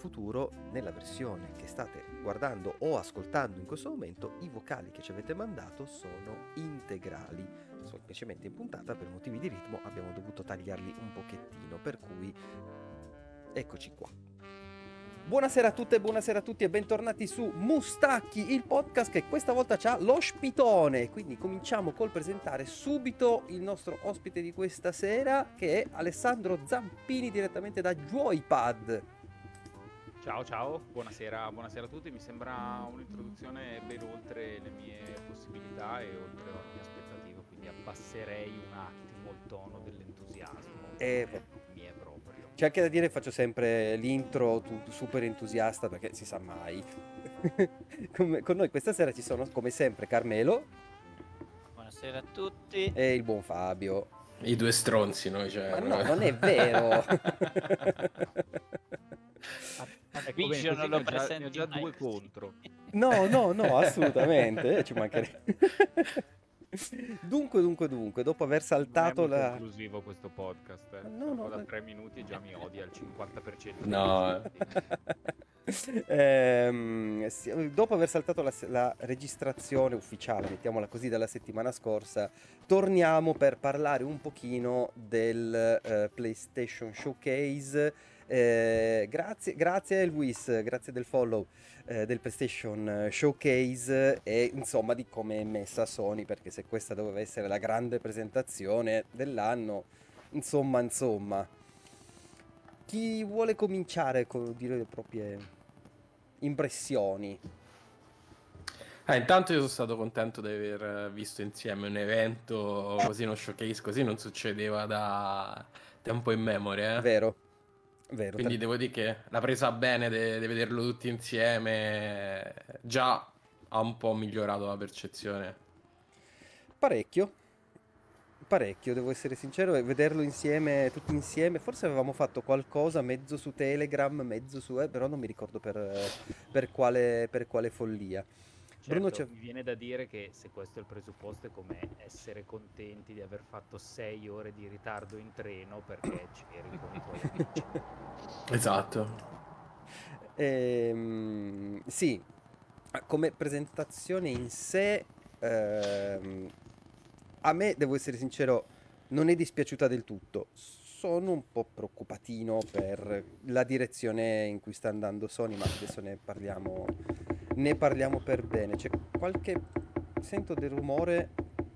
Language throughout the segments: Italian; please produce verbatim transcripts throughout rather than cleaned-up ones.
futuro, nella versione che state guardando o ascoltando in questo momento, i vocali che ci avete mandato sono integrali. Semplicemente in puntata, per motivi di ritmo, abbiamo dovuto tagliarli un pochettino, per cui eccoci qua. Buonasera a tutte, buonasera a tutti e bentornati su Mustacchi, il podcast che questa volta c'ha l'ospitone. Quindi cominciamo col presentare subito il nostro ospite di questa sera, che è Alessandro Zampini, direttamente da Joypad. Ciao ciao, buonasera, buonasera a tutti. Mi sembra un'introduzione ben oltre le mie possibilità e oltre ogni aspettativa, quindi abbasserei un attimo il tono dell'entusiasmo. E che mi è proprio. C'è anche da dire, faccio sempre l'intro tu, super entusiasta, perché si sa mai. Con, con noi questa sera ci sono, come sempre, Carmelo. Buonasera a tutti. E il buon Fabio. I due stronzi noi, cioè... Ma no, non è vero. Ecco, bene, non lo ne ho già, ne ho già presenti due mai. contro. No, no, no, assolutamente, ci mancherebbe. Dunque, dunque, dunque, dopo aver saltato non è molto la... conclusivo questo podcast, eh. No, no, da no. tre minuti e già mi odia al cinquanta per cento. No. ehm, sì, dopo aver saltato la, la registrazione ufficiale, mettiamola così, della settimana scorsa, torniamo per parlare un pochino del eh, PlayStation Showcase. Eh, grazie, grazie Luis, grazie del follow, eh, del PlayStation Showcase e insomma di come è messa Sony, perché se questa doveva essere la grande presentazione dell'anno, insomma, insomma. Chi vuole cominciare con dire le proprie impressioni? Ah, intanto io sono stato contento di aver visto insieme un evento così, uno showcase così, non succedeva da tempo in memoria, eh. Vero, vero. Quindi tra- devo dire che la presa bene di vederlo tutti insieme già ha un po' migliorato la percezione. Parecchio, parecchio, devo essere sincero, e vederlo insieme, tutti insieme. Forse avevamo fatto qualcosa mezzo su Telegram, mezzo su... Eh, però non mi ricordo per, eh, per quale, per quale follia. Bruno Certo, c'è... mi viene da dire che se questo è il presupposto è come essere contenti di aver fatto sei ore di ritardo in treno perché c'eri con i tuoi amici. Esatto. Ehm, sì, come presentazione in sé, ehm, a me, devo essere sincero, non è dispiaciuta del tutto. Sono un po' preoccupatino per la direzione in cui sta andando Sony, ma adesso ne parliamo, ne parliamo per bene. C'è qualche... sento del rumore.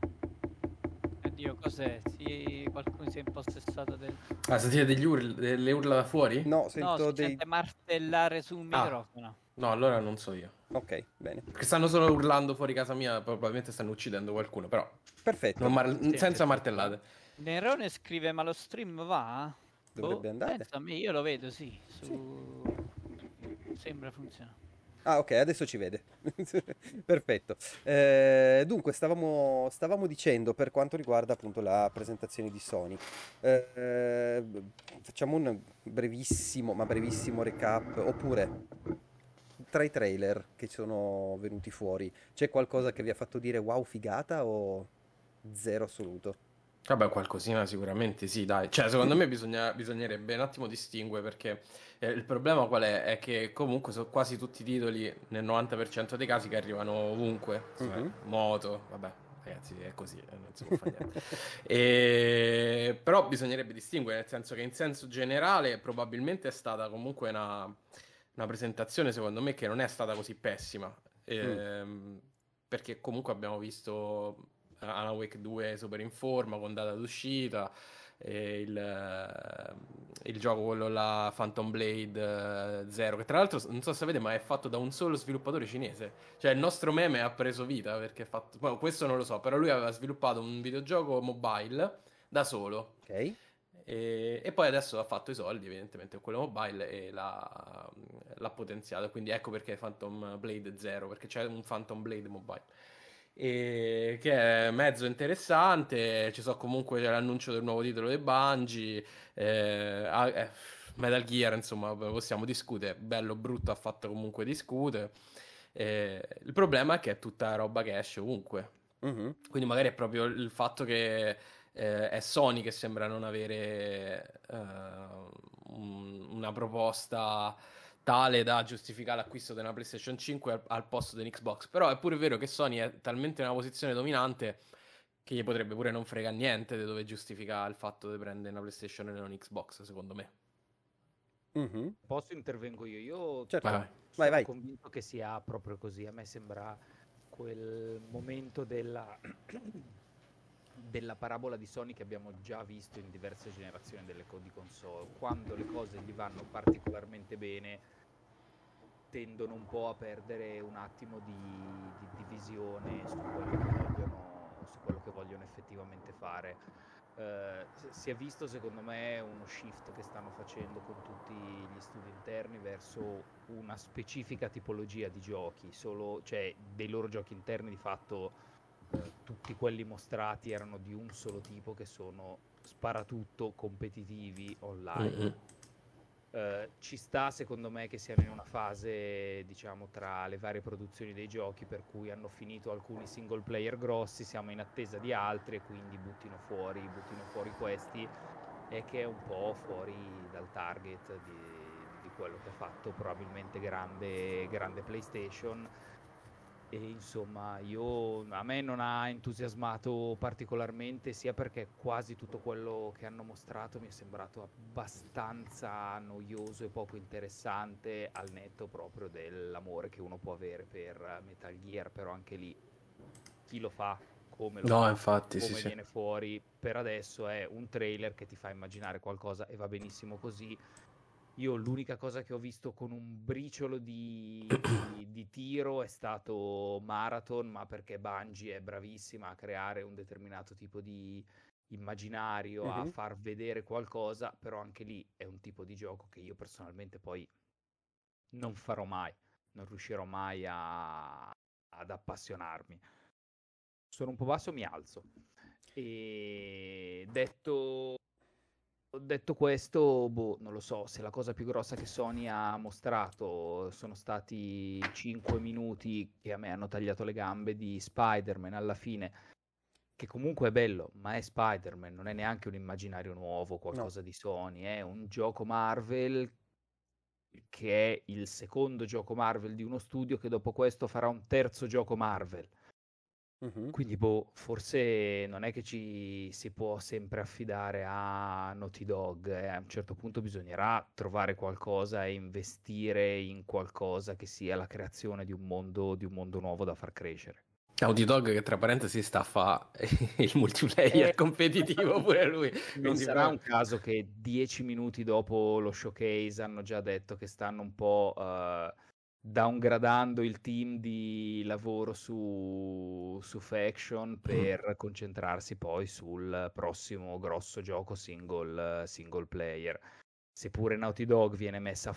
Oddio, cos'è? Sì, qualcuno si è impossessato del... Ah, sentite degli url- delle urla da fuori? No, No, sento si dei... sente martellare sul Ah. microfono. No, allora non so io. Ok, bene. Perché stanno solo urlando fuori casa mia, probabilmente stanno uccidendo qualcuno, però Perfetto. non mar- Sente senza tutto, martellate. Nerone scrive, ma lo stream va? Dovrebbe Boh, andare. pensa a me, io lo vedo, sì. Su... Sembra funzionare. Ah, ok, adesso ci vede. Perfetto. Eh, dunque, stavamo, stavamo dicendo per quanto riguarda appunto la presentazione di Sony. Eh, eh, facciamo un brevissimo, ma brevissimo recap, oppure tra i trailer che sono venuti fuori, c'è qualcosa che vi ha fatto dire wow, figata o zero assoluto? Vabbè, qualcosina sicuramente sì, dai. Cioè, secondo me bisogna- bisognerebbe un attimo distinguere perché eh, il problema qual è? È che comunque sono quasi tutti i titoli, nel novanta per cento dei casi, che arrivano ovunque. Cioè, Mhm. moto, vabbè, ragazzi, è così, eh, non si può fare niente. E... Però bisognerebbe distinguere, nel senso che in senso generale probabilmente è stata comunque una, una presentazione, secondo me, che non è stata così pessima. Mm. Ehm, perché comunque abbiamo visto Alan Wake due super in forma, con data d'uscita, e il, eh, il gioco quello là, Phantom Blade eh, Zero, che tra l'altro non so se sapete ma è fatto da un solo sviluppatore cinese, cioè il nostro meme ha preso vita perché è fatto, bueno, questo non lo so, però lui aveva sviluppato un videogioco mobile da solo. Ok. E, e poi adesso ha fatto i soldi, evidentemente, con quello mobile e l'ha, l'ha potenziato. Quindi ecco perché Phantom Blade Zero, perché c'è un Phantom Blade mobile. E che è mezzo interessante. Ci so comunque c'è l'annuncio del nuovo titolo di Bungie. eh, ah, eh, Metal Gear, insomma, possiamo discutere. Bello o brutto, ha fatto comunque discutere. Eh, il problema è che è tutta roba che esce ovunque. Mhm. Quindi magari è proprio il fatto che eh, è Sony che sembra non avere eh, un- una proposta tale da giustificare l'acquisto di una PlayStation cinque al, al posto di un Xbox. Però è pure vero che Sony è talmente in una posizione dominante che gli potrebbe pure non frega niente di dove giustificare il fatto di prendere una PlayStation e non un Xbox, secondo me. Mhm. Posso intervengo io? Io Certo. Vai, vai. sono Vai, vai. convinto che sia proprio così. A me sembra quel momento della, della parabola di Sony che abbiamo già visto in diverse generazioni delle co- di console. Quando le cose gli vanno particolarmente bene, tendono un po' a perdere un attimo di, di, di visione su quello che vogliono, su quello che vogliono effettivamente fare. Eh, si si è visto secondo me uno shift che stanno facendo con tutti gli studi interni verso una specifica tipologia di giochi, solo, cioè dei loro giochi interni di fatto eh, tutti quelli mostrati erano di un solo tipo che sono sparatutto competitivi online. Mm-mm. Eh, ci sta secondo me che siano in una fase, diciamo, tra le varie produzioni dei giochi per cui hanno finito alcuni single player grossi, siamo in attesa di altri e quindi buttino fuori, buttino fuori questi e che è un po' fuori dal target di, di quello che ha fatto probabilmente grande, grande PlayStation. E insomma, io, a me non ha entusiasmato particolarmente, sia perché quasi tutto quello che hanno mostrato mi è sembrato abbastanza noioso e poco interessante, al netto proprio dell'amore che uno può avere per Metal Gear, però anche lì chi lo fa, come lo No, fa, infatti, sì, come sì. viene fuori, per adesso è un trailer che ti fa immaginare qualcosa e va benissimo così. Io l'unica cosa che ho visto con un briciolo di, di- di tiro è stato Marathon, ma perché Bungie è bravissima a creare un determinato tipo di immaginario, a Mhm. far vedere qualcosa, però anche lì è un tipo di gioco che io personalmente poi non farò mai, non riuscirò mai a- ad appassionarmi. Sono un po' basso, mi alzo. E detto Detto questo, boh, non lo so, se la cosa più grossa che Sony ha mostrato sono stati cinque minuti che a me hanno tagliato le gambe di Spider-Man alla fine, che comunque è bello, ma è Spider-Man, non è neanche un immaginario nuovo, No. qualcosa di Sony, è un gioco Marvel che è il secondo gioco Marvel di uno studio che dopo questo farà un terzo gioco Marvel. Mhm. Quindi, boh, forse non è che ci si può sempre affidare a Naughty Dog, eh. A un certo punto bisognerà trovare qualcosa e investire in qualcosa che sia la creazione di un mondo, di un mondo nuovo da far crescere. Naughty Dog che tra parentesi sta a fa il E multiplayer competitivo pure lui, non quindi sarà proprio... un caso che dieci minuti dopo lo showcase hanno già detto che stanno un po' eh, downgradando il team di lavoro su, su Faction per concentrarsi poi sul prossimo grosso gioco single, single player. Seppure Naughty Dog viene messa a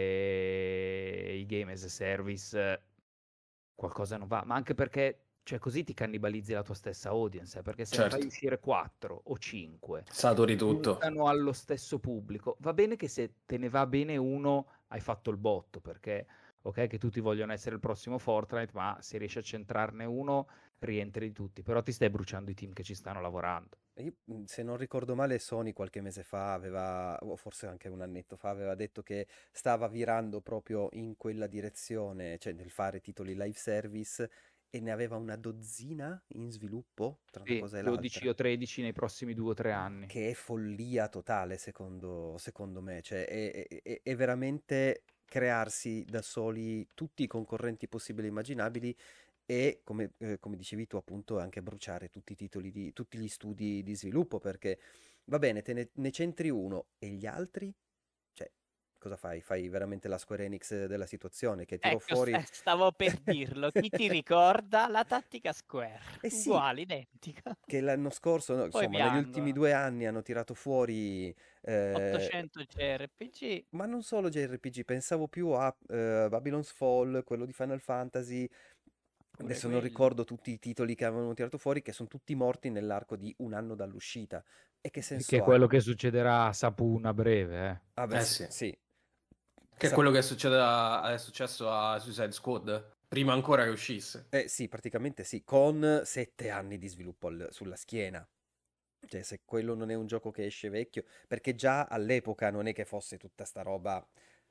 fare i game as a service, qualcosa non va, ma anche perché cioè, così ti cannibalizzi la tua stessa audience, eh, perché se ne fai Certo, uscire quattro o cinque saturi che tutto. puntano allo stesso pubblico, va bene che se te ne va bene uno hai fatto il botto, perché ok che tutti vogliono essere il prossimo Fortnite, ma se riesci a centrarne uno rientri di tutti, però ti stai bruciando i team che ci stanno lavorando. Io, mh, se non ricordo male, Sony qualche mese fa aveva, o forse anche un annetto fa, aveva detto che stava virando proprio in quella direzione, cioè nel fare titoli live service, e ne aveva una dozzina in sviluppo tra una Sì, cosa e dodici l'altra, o tredici nei prossimi due o tre anni. che è follia totale secondo, secondo me, cioè è, è- è- è veramente crearsi da soli tutti i concorrenti possibili e immaginabili e come, eh, come dicevi tu appunto anche bruciare tutti i titoli di tutti gli studi di sviluppo perché va bene, te ne, ne centri uno e gli altri? Cioè, cosa fai? Fai veramente la Square Enix della situazione che tirò Ecco, s- fuori... eh, stavo per dirlo. Chi ti ricorda la tattica Square? Eh sì, Uguale, identica. che l'anno scorso, no, Poi insomma, negli ultimi piangono. due anni hanno tirato fuori... eh, ottocento J R P G. ma non solo J R P G, pensavo più a eh, Babylon's Fall, quello di Final Fantasy. Pure Adesso non quelli. ricordo tutti i titoli che avevano tirato fuori, che sono tutti morti nell'arco di un anno dall'uscita. E che Che è senso ha? quello che succederà a Sapun a breve, eh. Ah, beh, Eh sì, sì, sì. che è Sap- quello che succede a- è successo a Suicide Squad, prima ancora che uscisse. eh, sì, praticamente sì, con sette anni di sviluppo al- sulla schiena. Cioè, se quello non è un gioco che esce vecchio, perché già all'epoca non è che fosse tutta sta roba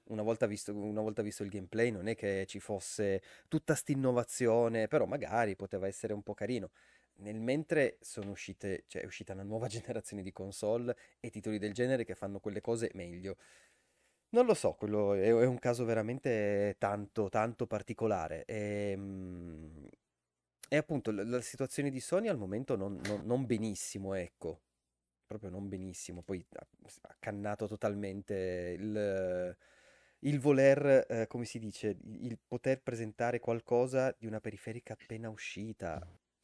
una volta visto, una volta visto il gameplay non è che ci fosse tutta sta innovazione, però magari poteva essere un po' carino. Nel mentre sono uscite, cioè è uscita una nuova generazione di console e titoli del genere che fanno quelle cose meglio. Non lo so, quello è, è un caso veramente tanto, tanto particolare. E, mm, e appunto la, la situazione di Sony al momento non, non- non benissimo, ecco, proprio non benissimo. Poi ha ha cannato totalmente il, il voler, eh, come si dice, il poter presentare qualcosa di una periferica appena uscita.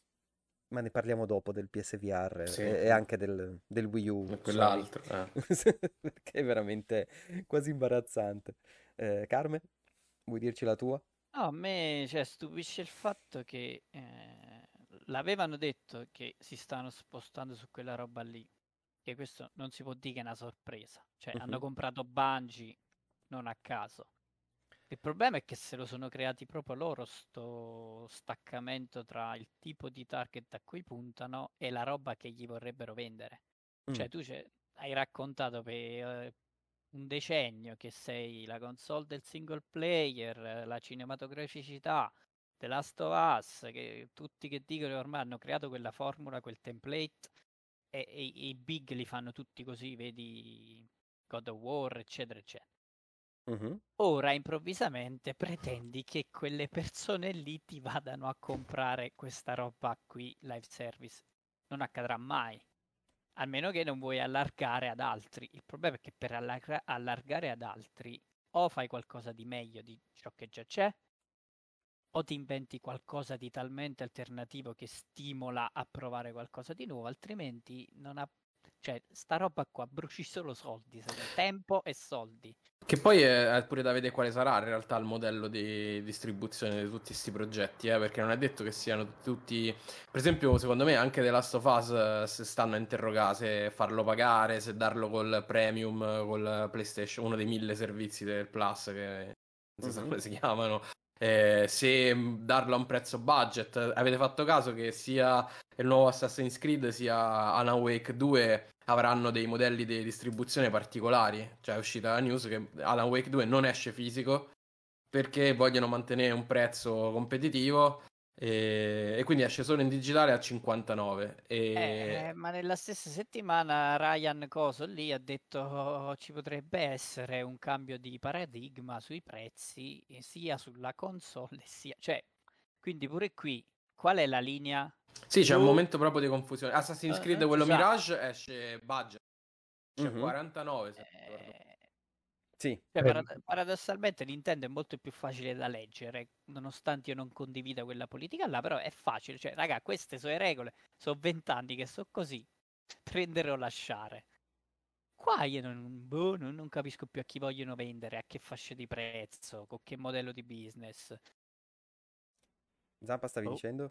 Ma ne parliamo dopo del P S V R Sì, e, e anche del, del Wii U e Sony, quell'altro. eh. perché è veramente quasi imbarazzante. Eh, Carmen, vuoi dirci la tua? No, a me, cioè, stupisce il fatto che eh, l'avevano detto che si stanno spostando su quella roba lì, che questo non si può dire che è una sorpresa. Cioè, hanno Mhm. comprato Bungie non a caso. Il problema è che se lo sono creati proprio loro sto staccamento tra il tipo di target a cui puntano e la roba che gli vorrebbero vendere. Mm. Cioè, tu c'è- hai raccontato per eh, un decennio che sei la console del single player, eh, la cinematograficità, The Last of Us, che tutti che dicono che ormai hanno creato quella formula, quel template, e, e i i big li fanno tutti così, vedi God of War, eccetera, eccetera. Mhm. Ora improvvisamente pretendi che quelle persone lì ti vadano a comprare questa roba qui, live service. Non accadrà mai, a meno che non vuoi allargare ad altri. Il problema è che per allarga- allargare ad altri o fai qualcosa di meglio di ciò che già c'è, o ti inventi qualcosa di talmente alternativo che stimola a provare qualcosa di nuovo, altrimenti non ha... Cioè, sta roba qua bruci solo soldi, secondo me. Tempo e soldi. Che poi è è pure da vedere quale sarà in realtà il modello di distribuzione di tutti questi progetti, eh, perché non è detto che siano tutti... Per esempio, secondo me anche The Last of Us eh, se stanno a interrogare se farlo pagare, se darlo col premium, col PlayStation, uno dei mille servizi del Plus che non so Mhm. come si chiamano, eh, se mh, darlo a un prezzo budget. Avete fatto caso che sia il nuovo Assassin's Creed sia Alan Wake due avranno dei modelli di distribuzione particolari. Cioè è uscita la news che Alan Wake due non esce fisico perché vogliono mantenere un prezzo competitivo e, e quindi esce solo in digitale a cinquantanove. Eh, E... ma nella stessa settimana Ryan Coso lì ha detto "Oh, ci potrebbe essere un cambio di paradigma sui prezzi eh, sia sulla console sia... Cioè, quindi pure qui, qual è la linea? Sì, c'è un Boh, momento proprio di confusione. Assassin's eh, Creed, non si quello sa. Mirage, esce budget, esce a Mhm. quarantanove se non ricordo. Eh, Sì. cioè, Eh, parad- paradossalmente Nintendo è molto più facile da leggere, nonostante io non condivida quella politica là, però è facile. Cioè, raga, queste sono le regole, sono vent'anni che so così, prendere o lasciare. Qua io non, boh, non- non capisco più a chi vogliono vendere, a che fascia di prezzo, con che modello di business. Zampa stavi Oh, dicendo?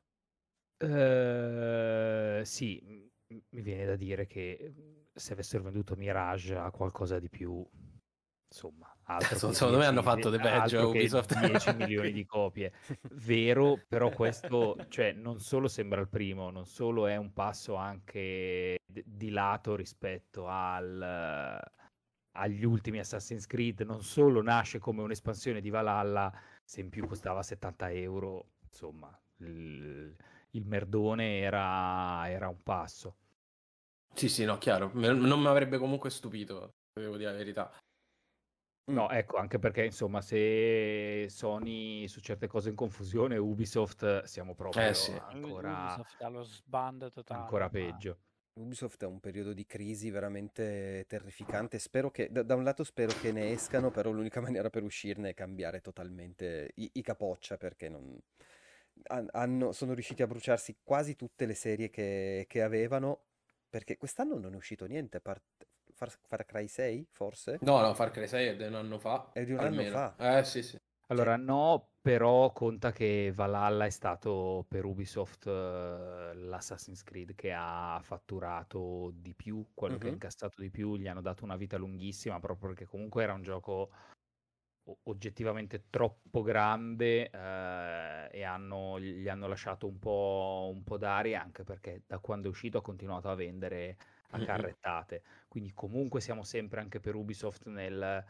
eh, sì, m- mi viene da dire che mm, se avessero venduto Mirage a qualcosa di più, insomma, altro che Secondo me hanno dieci, fatto de- di peggio a altro che Ubisoft. dieci milioni di copie. Vero, però questo, cioè, non solo sembra il primo, non solo è un passo anche d- di lato rispetto al, agli ultimi Assassin's Creed, non solo nasce come un'espansione di Valhalla, se in più costava settanta euro, insomma, il, il merdone era, era un passo. Sì, sì, no, chiaro. Me- Non mi avrebbe comunque stupito, devo dire la verità. Mm. No, ecco, anche perché insomma, se Sony su certe cose è in confusione, Ubisoft siamo Eh proprio sì. U- ancora, Ubisoft allo sbando totale ancora ormai. peggio. Ubisoft è un periodo di crisi veramente terrificante. Spero che, da, da un lato spero che ne escano, però l'unica maniera per uscirne è cambiare totalmente i, i capoccia, perché non, han- hanno- sono riusciti a bruciarsi quasi tutte le serie che, che avevano, perché quest'anno non è uscito niente, a parte Far, Far Cry sei, forse? No, no, Far Cry sei è di un anno fa, È di un anno almeno. fa. Eh sì, sì. Cioè, Allora, no, però conta che Valhalla è stato per Ubisoft eh, l'Assassin's Creed che ha fatturato di più, quello che ha mhm, incassato di più, gli hanno dato una vita lunghissima, proprio perché comunque era un gioco o- oggettivamente troppo grande eh, e hanno- gli hanno lasciato un po', un po' d'aria, anche perché da quando è uscito ha continuato a vendere a Mm-mm. carrettate. Quindi comunque siamo sempre anche per Ubisoft nel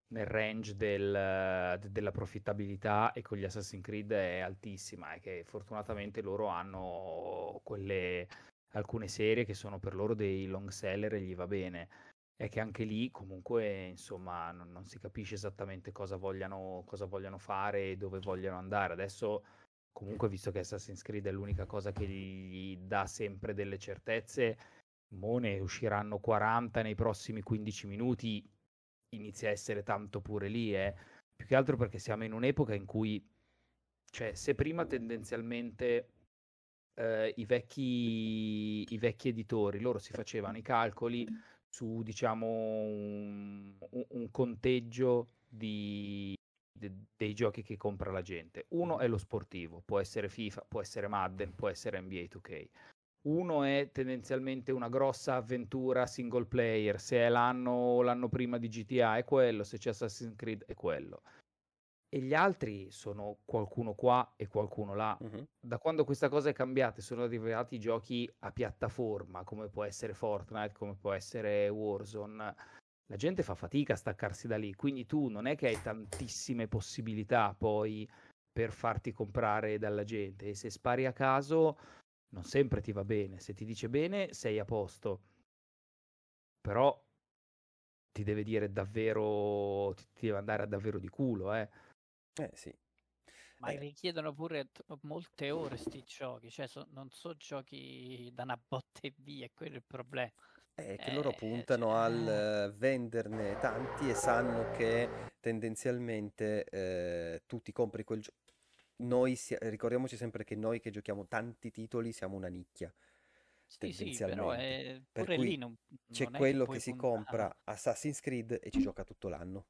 nel range del- de- della profittabilità, e con gli Assassin's Creed è altissima, e che fortunatamente loro hanno quelle, alcune serie che sono per loro dei long seller e gli va bene. È che anche lì comunque, insomma, non, non si capisce esattamente cosa vogliano, cosa vogliano fare e dove vogliano andare. Adesso, comunque, visto che Assassin's Creed è l'unica cosa che gli dà sempre delle certezze, mo ne usciranno quaranta nei prossimi quindici minuti, inizia a essere tanto pure lì, eh. Più che altro perché siamo in un'epoca in cui, cioè, se prima tendenzialmente eh, i vecchi, i vecchi editori, loro si facevano i calcoli su, diciamo, un, un- un conteggio di, de- dei giochi che compra la gente. Uno è lo sportivo, può essere FIFA, può essere Madden, può essere N B A due K. Uno è tendenzialmente una grossa avventura single player, se è l'anno o l'anno prima di G T A è quello, se c'è Assassin's Creed è quello. E gli altri sono qualcuno qua e qualcuno là. Mhm. Da quando questa cosa è cambiata e sono arrivati giochi a piattaforma, come può essere Fortnite, come può essere Warzone, la gente fa fatica a staccarsi da lì. Quindi tu non è che hai tantissime possibilità poi per farti comprare dalla gente. E se spari a caso, non sempre ti va bene. Se ti dice bene, sei a posto. Però ti deve dire davvero, ti ti deve andare a davvero di culo, eh. Eh sì. Ma Eh, richiedono pure t- molte ore sti giochi, cioè so- non so giochi da una botta e via, è quello il problema. è che loro Eh, cioè, puntano al eh, venderne tanti e sanno che tendenzialmente eh, tu ti compri quel gioco. Noi sia- ricordiamoci sempre che noi che giochiamo tanti titoli siamo una nicchia, sì, sì, però tendenzialmente. è- Per pure lì cui non, c'è non è che quello che puoi si puntare. compra Assassin's Creed e ci gioca tutto l'anno.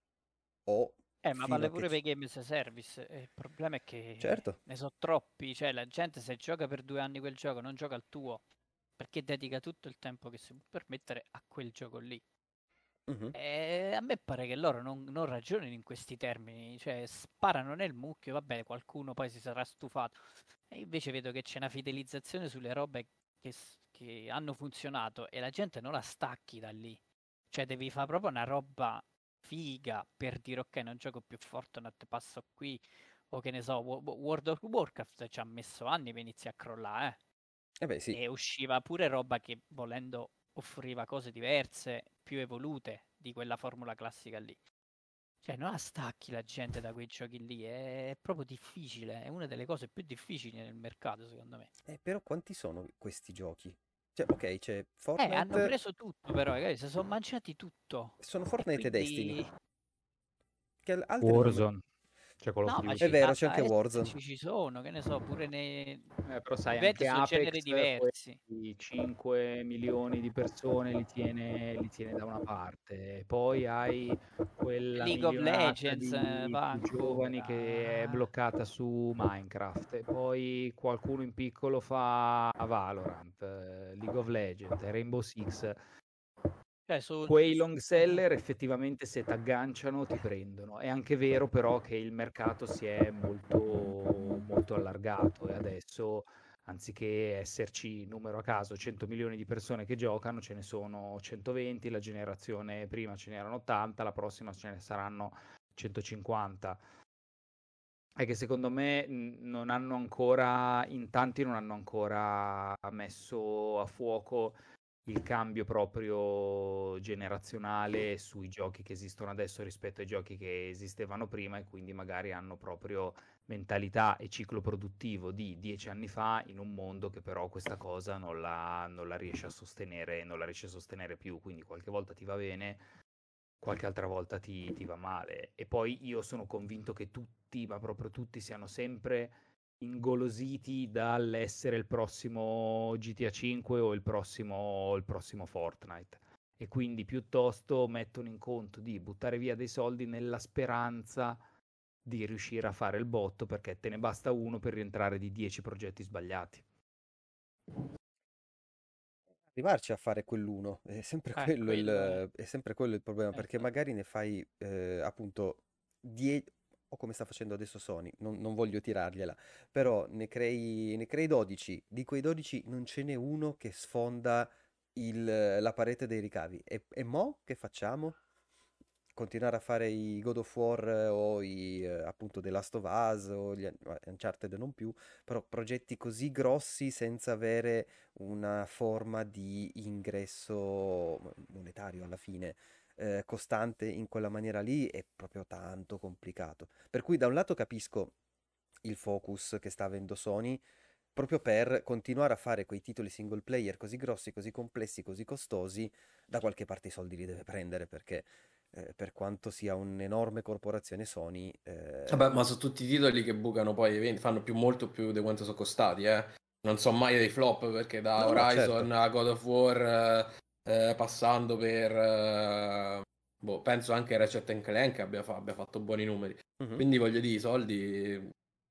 O Eh, ma fino vale a che pure per ci... i games service. E il problema è che Certo. ne so troppi. Cioè, la gente se gioca per due anni quel gioco non gioca al tuo. Perché dedica tutto il tempo che si può permettere a quel gioco lì. Mhm. E a me pare che loro non, non ragionino in questi termini. Cioè, sparano nel mucchio. Va bene, qualcuno poi si sarà stufato. E invece vedo che c'è una fidelizzazione sulle robe che, s- che hanno funzionato e la gente non la stacchi da lì. Cioè, devi fare proprio una roba figa per dire ok, non gioco più Fortnite, passo qui. O che ne so, Wo- Wo- World of Warcraft ci ha messo anni per iniziare a crollare, Eh beh sì. eh. E usciva pure roba che volendo offriva cose diverse, più evolute di quella formula classica lì. Cioè, non la stacchi la gente da quei giochi lì, è proprio difficile, è una delle cose più difficili nel mercato, secondo me. Eh, però quanti sono questi giochi? Cioè, ok, c'è Eh, hanno Fortnite, preso tutto però, ragazzi, si sono mangiati tutto. sono E Fortnite e Destiny, quindi che al- altri non me... Warzone, c'è Call of no, ma È ci, Duty. a, vero, c'è a anche Warzone. esserci ci sono, che ne so, pure nei... Eh, però sai, Dipende, anche sono generi Apex, diversi. quei cinque milioni di persone li tiene, li tiene da una parte. Poi hai quella League of milionata Legends eh, di va più giovani che è ancora. bloccata su Minecraft. E poi qualcuno in piccolo fa Valorant, eh, League of Legends, Rainbow Six. Cioè, su, Quei su- long seller effettivamente se t'agganciano ti prendono. È anche vero però che il mercato si è molto, molto allargato, e adesso, anziché esserci numero a caso cento milioni di persone che giocano, ce ne sono centoventi, la generazione prima ce n'erano ottanta, la prossima ce ne saranno centocinquanta. È che secondo me mh, non hanno ancora, in tanti non hanno ancora messo a fuoco il cambio proprio generazionale sui giochi che esistono adesso rispetto ai giochi che esistevano prima, e quindi magari hanno proprio mentalità e ciclo produttivo di dieci anni fa, in un mondo che però questa cosa non la, non la riesce a sostenere, non la riesce a sostenere più, quindi qualche volta ti va bene, qualche altra volta ti, ti va male. E poi io sono convinto che tutti, ma proprio tutti, siano sempre ingolositi dall'essere il prossimo G T A cinque o il prossimo, il prossimo Fortnite. E quindi piuttosto mettono in conto di buttare via dei soldi nella speranza di riuscire a fare il botto, perché te ne basta uno per rientrare di dieci progetti sbagliati. Arrivarci a fare quell'uno, è sempre eh, quello quello è. il, è sempre quello il problema, Eh, perché magari ne fai eh, appunto dieci, o come sta facendo adesso Sony, non, non voglio tirargliela, però ne crei, ne crei dodici, di quei dodici non ce n'è uno che sfonda il- la parete dei ricavi. E, e mo che facciamo? continuare a fare i God of War eh, o i, eh, appunto The Last of Us o gli Un- Uncharted non più, però progetti così grossi senza avere una forma di ingresso monetario alla fine eh, costante in quella maniera lì è proprio tanto complicato. Per cui da un lato capisco il focus che sta avendo Sony proprio per continuare a fare quei titoli single player così grossi, così complessi, così costosi, da qualche parte i soldi li deve prendere perché eh, per quanto sia un'enorme corporazione Sony, Vabbè, eh, ma sono tutti titoli che bucano poi, eventi, fanno più, molto più di quanto sono costati, eh. Non so mai dei flop, perché da no, no, Horizon certo. a God of War, eh, eh, passando per... eh, boh, penso anche Ratchet and Clank abbia, fa- abbia fatto buoni numeri. Mhm. Quindi voglio dire, i soldi,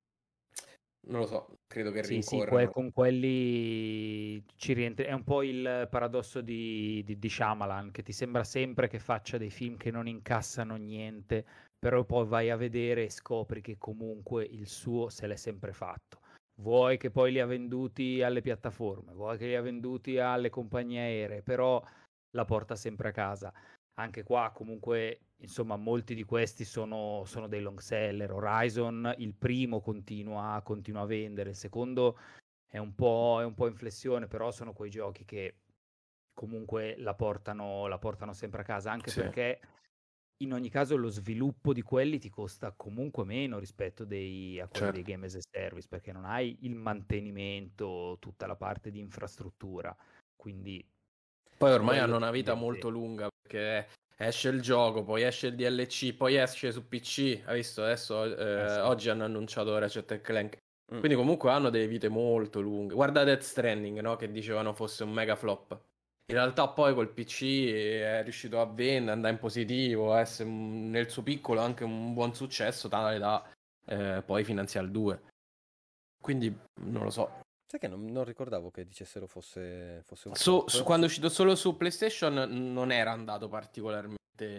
non lo so, credo che Sì, sì, que- rincorrano. con quelli ci rientri. È un po' il paradosso di, di, di Shyamalan, che ti sembra sempre che faccia dei film che non incassano niente, però poi vai a vedere e scopri che comunque il suo se l'è sempre fatto. Vuoi che poi li ha venduti alle piattaforme, vuoi che li ha venduti alle compagnie aeree, però la porta sempre a casa. Anche qua comunque, insomma, molti di questi sono, sono dei long seller. Horizon, il primo continua, continua a vendere, il secondo è un po', è un po' in flessione, però sono quei giochi che comunque la portano, la portano sempre a casa, anche Sì, perché in ogni caso lo sviluppo di quelli ti costa comunque meno rispetto dei- a quelli dei certo. game as a service, perché non hai il mantenimento, tutta la parte di infrastruttura, quindi Poi su ormai quello hanno ti una vita conviene molto sempre. lunga, perché esce il gioco, poi esce il D L C, poi esce su P C. Hai visto? Adesso, Eh eh, sì. oggi hanno annunciato Ratchet and Clank. Mm. Quindi comunque hanno delle vite molto lunghe. Guarda Death Stranding, no? Che dicevano fosse un mega flop. In realtà poi col P C è riuscito a vendere, andare in positivo, a essere un- nel suo piccolo anche un buon successo, tale da eh, poi finanziare il due. Quindi non lo so. Sai che non, non ricordavo che dicessero fosse, fosse un Su- su- flop? quando è uscito solo su PlayStation non era andato particolarmente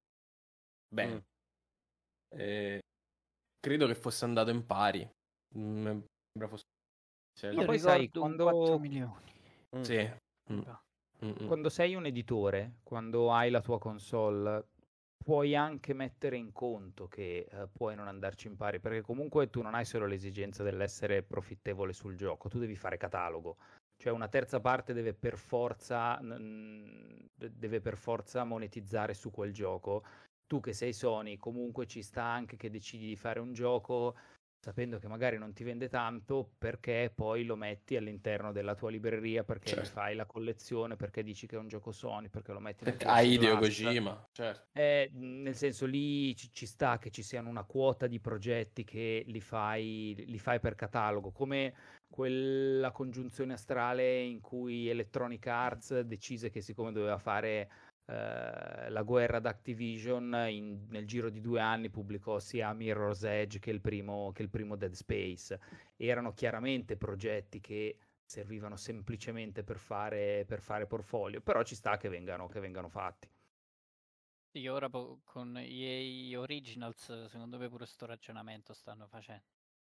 Mm. bene. Eh, credo che fosse andato in pari. Mm, mi sembra fosse... Ma Io poi sai, ricordo un quattro quando, milioni. Mm. Sì. Mm, Mi va. mm, mm. quando sei un editore, quando hai la tua console, puoi anche mettere in conto che eh, puoi non andarci in pari, perché comunque tu non hai solo l'esigenza dell'essere profittevole sul gioco, tu devi fare catalogo. Cioè una terza parte deve per forza, mm, de- deve per forza monetizzare su quel gioco. Tu che sei Sony, comunque ci sta anche che decidi di fare un gioco sapendo che magari non ti vende tanto perché poi lo metti all'interno della tua libreria, perché gli Certo. fai la collezione, perché dici che è un gioco Sony, perché lo metti nel Perché ha PlayStation Hideo Plus. Kojima, certo. Eh, nel senso lì ci, ci sta che ci siano una quota di progetti che li fai, li fai per catalogo, come quella congiunzione astrale in cui Electronic Arts decise che siccome doveva fare eh, la guerra ad Activision, in- nel giro di due anni pubblicò sia Mirror's Edge che il primo, che il primo Dead Space. Erano chiaramente progetti che servivano semplicemente per fare, per fare portfolio, però ci sta che vengano, che vengano fatti. Sì, ora po- con E A Originals, secondo me pure sto ragionamento stanno facendo.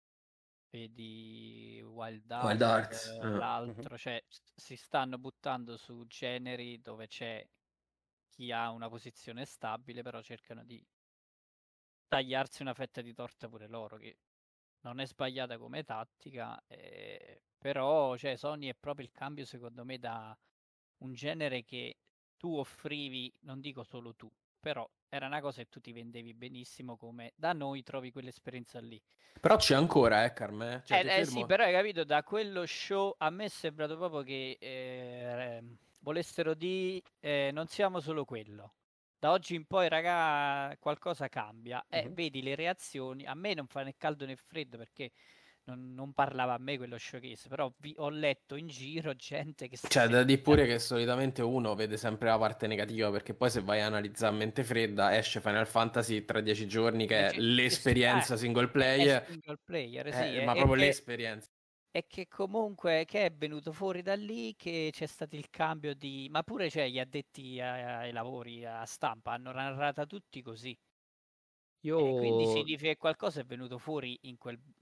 Vedi Wild Wild Art, Arts. eh, eh. Mhm. l'altro, cioè s- si stanno buttando su generi dove c'è chi ha una posizione stabile, però cercano di tagliarsi una fetta di torta pure loro, che non è sbagliata come tattica, eh, però cioè, Sony è proprio il cambio secondo me da un genere che tu offrivi, non dico solo tu, però era una cosa che tu ti vendevi benissimo come da noi trovi quell'esperienza lì. Però c'è ancora, eh, Carme. Cioè, ti Eh, eh, sì, fermo. però hai capito, da quello show a me è sembrato proprio che eh, volessero di non siamo solo quello. Da oggi in poi, raga, qualcosa cambia. E Mhm. vedi le reazioni. A me non fa né caldo né freddo perché non, non parlava a me quello showcase, però vi- ho letto in giro gente che si Cioè, da dire sentiva. pure che solitamente uno vede sempre la parte negativa, perché poi se vai a analizzare a mente fredda, esce Final Fantasy tra dieci giorni, Eh, che è che- che s- eh, l'esperienza single è, è player, single player, sì, eh, è, ma è proprio che l'esperienza. E che comunque che è venuto fuori da lì che c'è stato il cambio di... Ma pure cioè, gli addetti a- ai lavori a stampa hanno narrata tutti così. E quindi Io significa che qualcosa è venuto fuori in quel,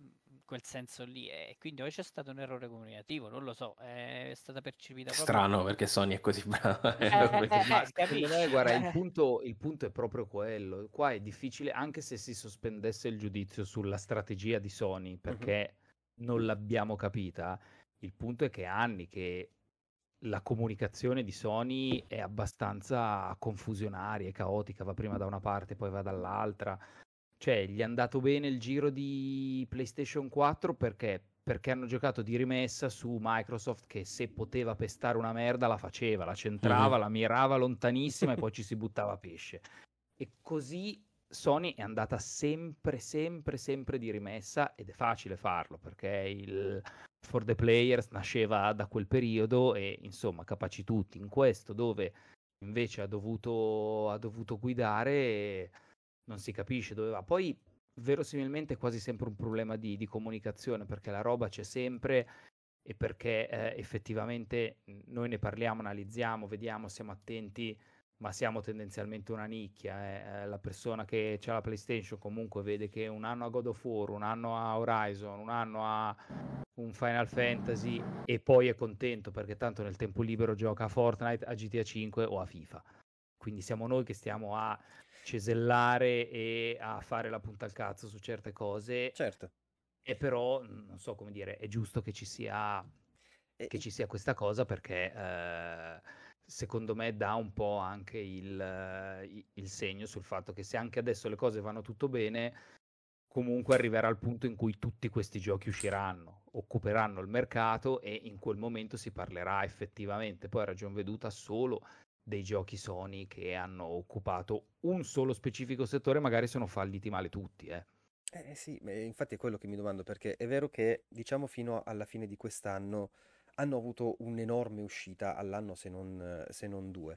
quel senso lì, e quindi o c'è stato un errore comunicativo, non lo so, è stata percepita proprio... Strano, perché Sony è così brava. Eh, eh, eh, Ma eh, secondo capisci? me, guarda, il Eh. punto, il punto è proprio quello. Qua è difficile, anche se si sospendesse il giudizio sulla strategia di Sony, perché non l'abbiamo capita, il punto è che è anni che la comunicazione di Sony è abbastanza confusionaria e caotica, va prima da una parte, poi va dall'altra. Cioè, gli è andato bene il giro di PlayStation quattro perché? Perché hanno giocato di rimessa su Microsoft che se poteva pestare una merda la faceva, la centrava, Mhm. la mirava lontanissima e poi ci si buttava a pesce. E così Sony è andata sempre, sempre, sempre di rimessa ed è facile farlo perché il For the Players nasceva da quel periodo e insomma capaci tutti. In questo dove invece ha dovuto, ha dovuto guidare non si capisce dove va. Poi verosimilmente è quasi sempre un problema di, di comunicazione perché la roba c'è sempre e perché eh, effettivamente mh, noi ne parliamo, analizziamo, vediamo, siamo attenti, ma siamo tendenzialmente una nicchia. eh. Eh, La persona che ha la PlayStation comunque vede che un anno a God of War, un anno a Horizon, un anno a un Final Fantasy e poi è contento perché tanto nel tempo libero gioca a Fortnite, a G T A cinque o a FIFA. Quindi siamo noi che stiamo a cesellare e a fare la punta al cazzo su certe cose. Certo. E però, non so come dire, è giusto che ci sia, E- che ci sia questa cosa perché eh, secondo me dà un po' anche il, eh, i- il segno sul fatto che se anche adesso le cose vanno tutto bene, comunque arriverà il punto in cui tutti questi giochi usciranno, occuperanno il mercato e in quel momento si parlerà effettivamente, poi a ragion veduta, solo dei giochi Sony che hanno occupato un solo specifico settore, magari sono falliti male tutti, eh. Eh sì, eh, infatti è quello che mi domando, perché è vero che diciamo fino alla fine di quest'anno hanno avuto un'enorme uscita all'anno se non, se non due.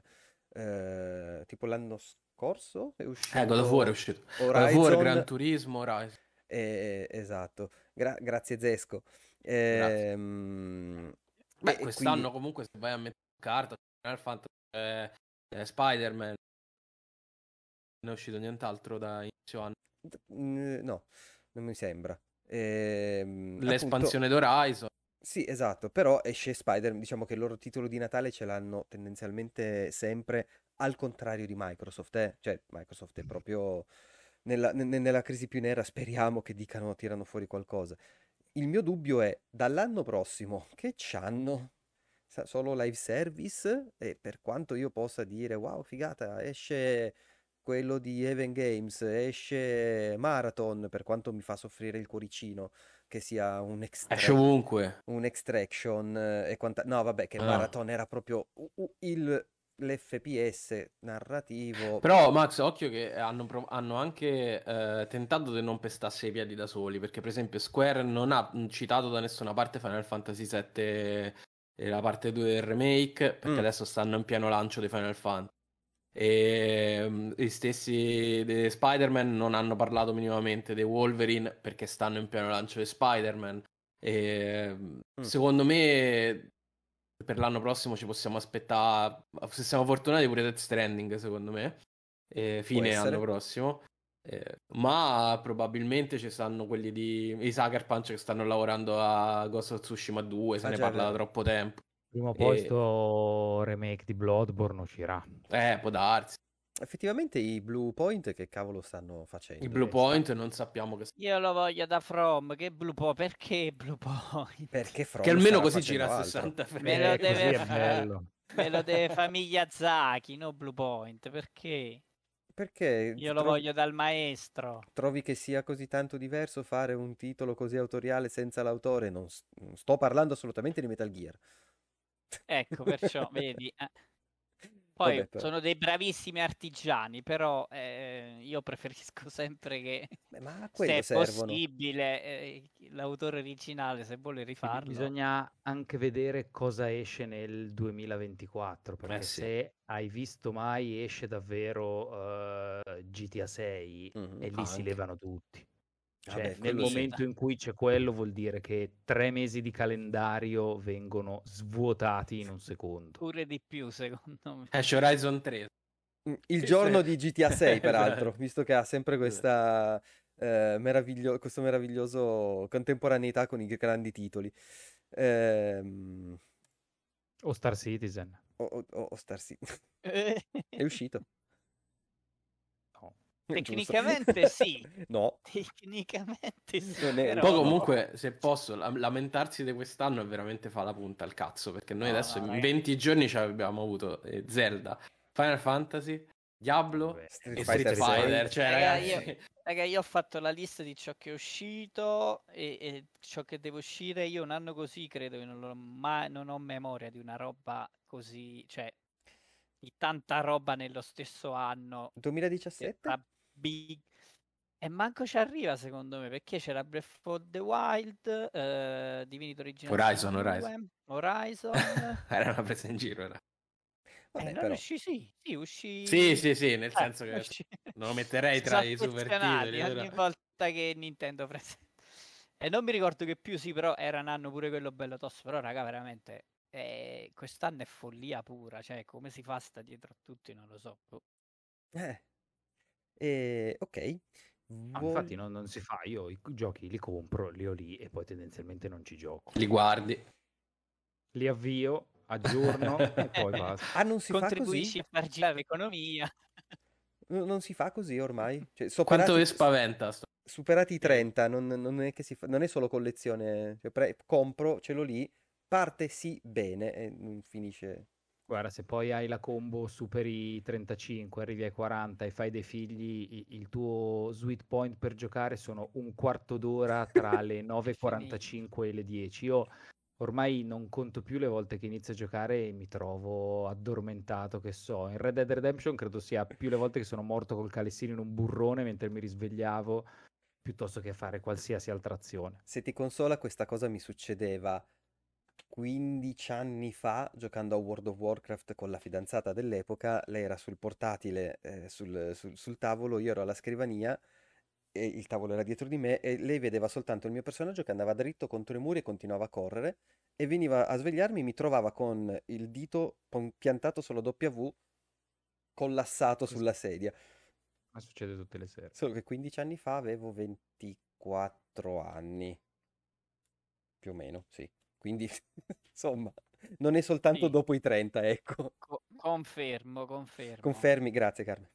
Eh, tipo l'anno scorso è Eh, God of War è uscito uscito. God of War, Gran Horizon, Turismo, Horizon. eh, esatto, Gra- grazie Zesco. Grazie. Ehm, e, Beh, e quindi, quest'anno comunque se vai a mettere in carta, Final Fantasy, eh, eh, Spider-Man, non è uscito nient'altro da inizio anno. mm, no, non mi sembra. Ehm, appunto, L'espansione d'Horizon. sì, esatto, però esce Spider, diciamo che il loro titolo di Natale ce l'hanno tendenzialmente sempre al contrario di Microsoft, eh? Cioè Microsoft è proprio nella, ne- nella crisi più nera, speriamo che dicano, tirano fuori qualcosa. Il mio dubbio è, dall'anno prossimo, che c'hanno? Sa- Solo live service? E per quanto io possa dire, wow, figata, esce quello di Even Games, esce Marathon, per quanto mi fa soffrire il cuoricino, che sia un Esce extra ovunque. un extraction eh, e quanta... No, vabbè, che No. Marathon era proprio u- u- il, l'F P S narrativo. Però Max, occhio che hanno, pro- hanno anche eh, tentato di non pestarsi i piedi da soli, perché per esempio Square non ha mm, citato da nessuna parte Final Fantasy sette e la parte due del remake, perché Mm, adesso stanno in pieno lancio di Final Fantasy. E mm, gli stessi di Spider-Man non hanno parlato minimamente dei Wolverine perché stanno in pieno lancio di Spider-Man. E mm, mm, secondo me per l'anno prossimo ci possiamo aspettare, se siamo fortunati, pure Death Stranding, secondo me, eh, può fine anno essere. prossimo. Eh, ma probabilmente ci stanno quelli di i Sucker Punch che stanno lavorando a Ghost of Tsushima due, se Ah, ne già, è parla da vero. troppo tempo. Prima o poi E, sto remake di Bloodborne uscirà. eh, può darsi. Effettivamente i Blue Point che cavolo stanno Il facendo? Blue Che sta... Point non sappiamo che... Io lo voglio da From, che Blue Point? Perché Blue Point? Perché Che From almeno starà così gira facendo a altro. sessanta Me lo Eh, frame. così deve è fa... bello. Me lo deve fare Miyazaki, no Blue Point, perché? Perché Io lo trovi... voglio dal maestro. trovi che sia così tanto diverso fare un titolo così autoriale senza l'autore? Non, s- non sto parlando assolutamente di Metal Gear. Ecco, perciò, vedi. eh. Poi Vabbè, però. sono dei bravissimi artigiani, però eh, io preferisco sempre che, Beh, ma a se quello è servono. possibile, eh, l'autore originale, se vuole Sì, bi- rifarlo. bisogna anche vedere cosa esce nel duemilaventiquattro, Eh perché sì. se hai visto mai esce davvero eh, G T A sei Mhm. e lì si Anche. levano tutti. Cioè, Vabbè, nel quello sì. momento in cui c'è quello vuol dire che tre mesi di calendario vengono svuotati in un secondo. Pure di più, secondo me. Esce Horizon tre. Mm, il Questo giorno è... di G T A sei, peraltro, Esatto. visto che ha sempre questa eh, meraviglio- questo meraviglioso contemporaneità con i grandi titoli. Ehm, O Star Citizen. o, o- o Star Citizen. Eh, È uscito. No. Giusto. Tecnicamente sì. No, Tecnicamente sì, non è- però Poi no. comunque, se posso, la- lamentarsi di quest'anno è veramente fa la punta al cazzo, perché noi No, adesso no, in ragazzi. venti giorni ci abbiamo avuto eh, Zelda, Final Fantasy, Diablo Vabbè. Street e Fighter Street Fighter, sei. cioè Raga, ragazzi... io, raga, io ho fatto la lista di ciò che è uscito e, e ciò che deve uscire. Io un anno così credo che non, l'ho mai, non ho memoria di una roba così, cioè di tanta roba nello stesso anno. che duemiladiciassette? tra big- E manco ci arriva secondo me, perché c'era Breath of the Wild, eh, Divinity Original Horizon, Sin Horizon. due, Horizon. Era una presa in giro, era. Eh, Vabbè, non però. uscì, sì, sì, uscì. Sì, sì, sì, nel Eh, senso che uscì. non lo metterei Si tra sono i super affezionati titoli, ogni però. volta che Nintendo presenta. E non mi ricordo che più, sì, però era un anno pure quello bello tosto. Però, raga, veramente, eh, quest'anno è follia pura. Cioè, come si fa sta dietro a tutti, non lo so. Boh. Eh. E, ok. No, Vol- infatti non, non si fa, io i giochi li compro, li ho lì e poi tendenzialmente non ci gioco. Li guardi. Li avvio, aggiorno e poi basta. Ah, non si fa così? Contribuisci a far girare l'economia. No- Non si fa così ormai? Cioè, superati, Quanto vi spaventa sto? superati i trenta, non, non è che si fa- non è solo collezione. Cioè, pre- compro, ce l'ho lì, parte sì bene e non finisce. Guarda, se poi hai la combo, superi i trentacinque, arrivi ai quaranta e fai dei figli, i- il tuo sweet point per giocare sono un quarto d'ora tra le nove e quarantacinque e le dieci. Io ormai non conto più le volte che inizio a giocare e mi trovo addormentato, che so. In Red Dead Redemption credo sia più le volte che sono morto col calessino in un burrone mentre mi risvegliavo, piuttosto che fare qualsiasi altra azione. Se ti consola, questa cosa mi succedeva quindici anni fa giocando a World of Warcraft con la fidanzata dell'epoca. Lei era sul portatile, eh, sul, sul- sul tavolo, io ero alla scrivania e il tavolo era dietro di me e lei vedeva soltanto il mio personaggio che andava dritto contro i muri e continuava a correre e veniva a svegliarmi, mi trovava con il dito pon- piantato sulla W, collassato Questo sulla sedia. ma succede tutte le sere. Solo che quindici anni fa avevo ventiquattro anni, più o meno, sì. Quindi, insomma, non è soltanto Sì. dopo i trenta, ecco. Co- confermo, confermo. Confermi, grazie Carmen.